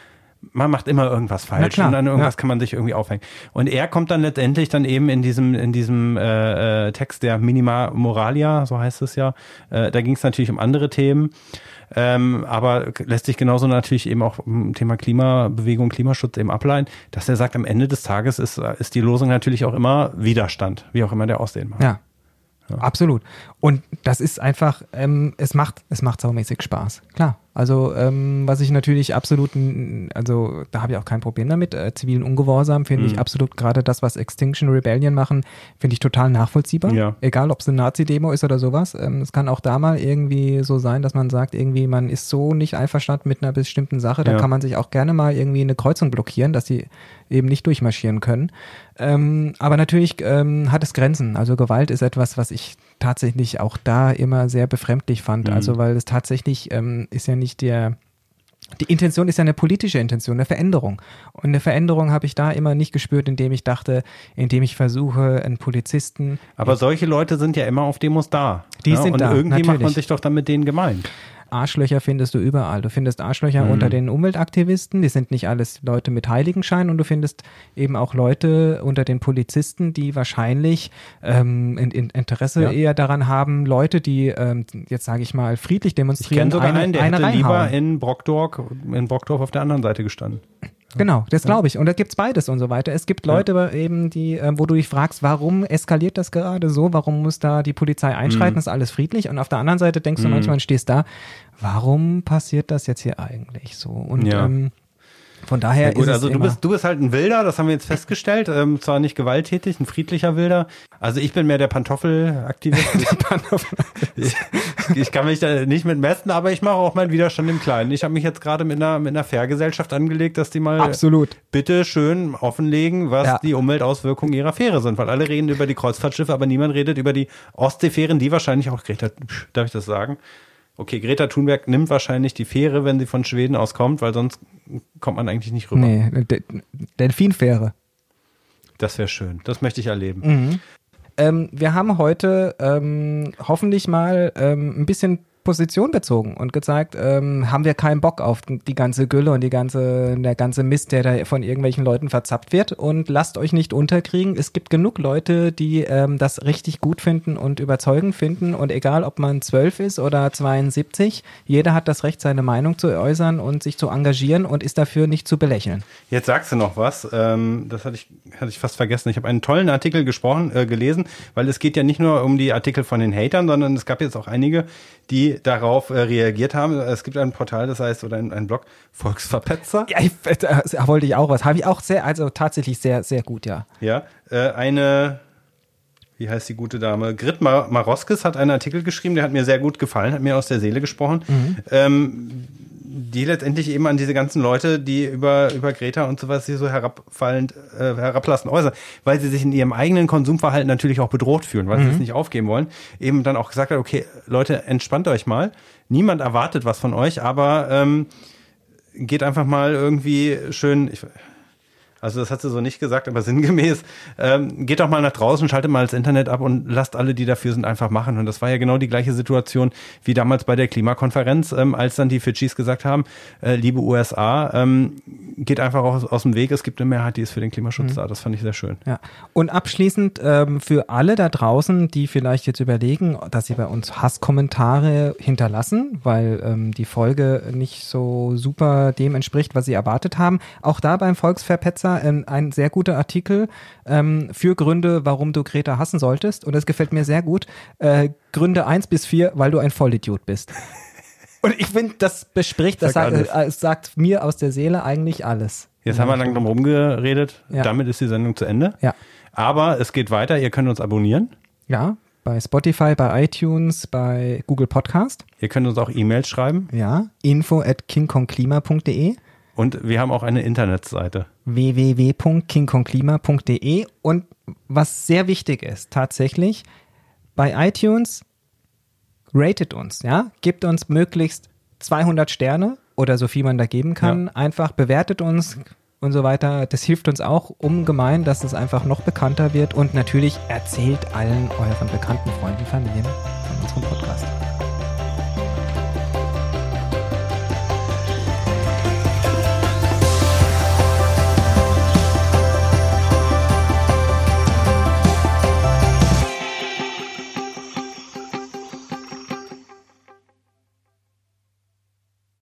man macht immer irgendwas falsch und an irgendwas kann man sich irgendwie aufhängen. Und er kommt dann letztendlich dann eben in diesem Text der Minima Moralia, so heißt es ja, da ging es natürlich um andere Themen, aber lässt sich genauso natürlich eben auch im Thema Klimabewegung, Klimaschutz eben ableiten, dass er sagt, am Ende des Tages ist die Losung natürlich auch immer Widerstand, wie auch immer der aussehen mag. Ja. Absolut. Und das ist einfach, es macht saumäßig Spaß. Klar. Also, was ich natürlich absolut, also da habe ich auch kein Problem damit. Zivilen Ungehorsam finde ich absolut, gerade das, was Extinction Rebellion machen, finde ich total nachvollziehbar. Ja. Egal, ob es eine Nazi-Demo ist oder sowas. Es kann auch da mal irgendwie so sein, dass man sagt, irgendwie, man ist so nicht einverstanden mit einer bestimmten Sache, da kann man sich auch gerne mal irgendwie eine Kreuzung blockieren, dass sie eben nicht durchmarschieren können. Aber natürlich hat es Grenzen. Also Gewalt ist etwas, was ich tatsächlich auch da immer sehr befremdlich fand. Also weil es tatsächlich ist ja nicht die Intention ist ja eine politische Intention, eine Veränderung. Und eine Veränderung habe ich da immer nicht gespürt, indem ich versuche, einen Polizisten... Aber solche Leute sind ja immer auf Demos da. Die sind und da, irgendwie natürlich. Macht man sich doch dann mit denen gemein. Arschlöcher findest du überall. Du findest Arschlöcher unter den Umweltaktivisten, die sind nicht alles Leute mit Heiligenschein, und du findest eben auch Leute unter den Polizisten, die wahrscheinlich Interesse eher daran haben, Leute, die jetzt sage ich mal friedlich demonstrieren, ich kenne sogar einen, der hätte lieber in Brockdorf auf der anderen Seite gestanden. Genau, das glaube ich. Und da gibt's beides und so weiter. Es gibt Leute eben, die, wo du dich fragst, warum eskaliert das gerade so? Warum muss da die Polizei einschreiten? Das ist alles friedlich. Und auf der anderen Seite denkst du manchmal, stehst da, warum passiert das jetzt hier eigentlich so? Und von daher gut, ist also du bist halt ein Wilder, das haben wir jetzt festgestellt, zwar nicht gewalttätig, ein friedlicher Wilder. Also ich bin mehr der Pantoffelaktivist. Ich kann mich da nicht mit messen, aber ich mache auch meinen Widerstand im Kleinen. Ich habe mich jetzt gerade mit einer Fairgesellschaft angelegt, dass die mal bitte schön offenlegen, was die Umweltauswirkungen ihrer Fähre sind, weil alle reden über die Kreuzfahrtschiffe, aber niemand redet über die Ostseefähren, die wahrscheinlich auch, Greta, darf ich das sagen? Okay, Greta Thunberg nimmt wahrscheinlich die Fähre, wenn sie von Schweden aus kommt, weil sonst kommt man eigentlich nicht rüber. Nee, Delfinfähre. Das wäre schön. Das möchte ich erleben. Wir haben heute hoffentlich mal ein bisschen Position bezogen und gezeigt, haben wir keinen Bock auf die ganze Gülle und der ganze Mist, der da von irgendwelchen Leuten verzapft wird, und lasst euch nicht unterkriegen. Es gibt genug Leute, die das richtig gut finden und überzeugend finden, und egal, ob man 12 ist oder 72, jeder hat das Recht, seine Meinung zu äußern und sich zu engagieren und ist dafür nicht zu belächeln. Jetzt sagst du noch was, das hatte ich fast vergessen. Ich habe einen tollen Artikel gelesen, weil es geht ja nicht nur um die Artikel von den Hatern, sondern es gab jetzt auch einige, die darauf reagiert haben. Es gibt ein Portal, das heißt, oder ein Blog, Volksverpetzer. Ja, da wollte ich auch was. Habe ich auch tatsächlich sehr, sehr gut, ja. Ja, wie heißt die gute Dame? Grit Maroskis hat einen Artikel geschrieben, der hat mir sehr gut gefallen, hat mir aus der Seele gesprochen. Die letztendlich eben an diese ganzen Leute, die über Greta und sowas hier so herablassend äußern, weil sie sich in ihrem eigenen Konsumverhalten natürlich auch bedroht fühlen, weil sie es nicht aufgeben wollen, eben dann auch gesagt hat, okay, Leute, entspannt euch mal, niemand erwartet was von euch, aber geht einfach mal irgendwie schön, also das hat sie so nicht gesagt, aber sinngemäß, geht doch mal nach draußen, schaltet mal das Internet ab und lasst alle, die dafür sind, einfach machen. Und das war ja genau die gleiche Situation wie damals bei der Klimakonferenz, als dann die Fidschis gesagt haben, liebe USA, geht einfach aus dem Weg, es gibt eine Mehrheit, die ist für den Klimaschutz da. Das fand ich sehr schön. Ja. Und abschließend für alle da draußen, die vielleicht jetzt überlegen, dass sie bei uns Hasskommentare hinterlassen, weil die Folge nicht so super dem entspricht, was sie erwartet haben, auch da beim Volksverpetzer ein sehr guter Artikel für Gründe, warum du Greta hassen solltest. Und das gefällt mir sehr gut. Gründe 1-4, weil du ein Vollidiot bist. Und ich finde, das bespricht, das sagt mir aus der Seele eigentlich alles. Jetzt haben wir lang drum rumgeredet. Ja. Damit ist die Sendung zu Ende. Ja. Aber es geht weiter. Ihr könnt uns abonnieren. Ja, bei Spotify, bei iTunes, bei Google Podcast. Ihr könnt uns auch E-Mails schreiben. Ja, info@kingkongklima.de. Und wir haben auch eine Internetseite. www.kingkongklima.de. Und was sehr wichtig ist, tatsächlich, bei iTunes ratet uns, ja, gebt uns möglichst 200 Sterne oder so viel man da geben kann. Ja. Einfach bewertet uns und so weiter. Das hilft uns auch ungemein, dass es einfach noch bekannter wird. Und natürlich erzählt allen euren bekannten Freunden, Familien von unserem Podcast.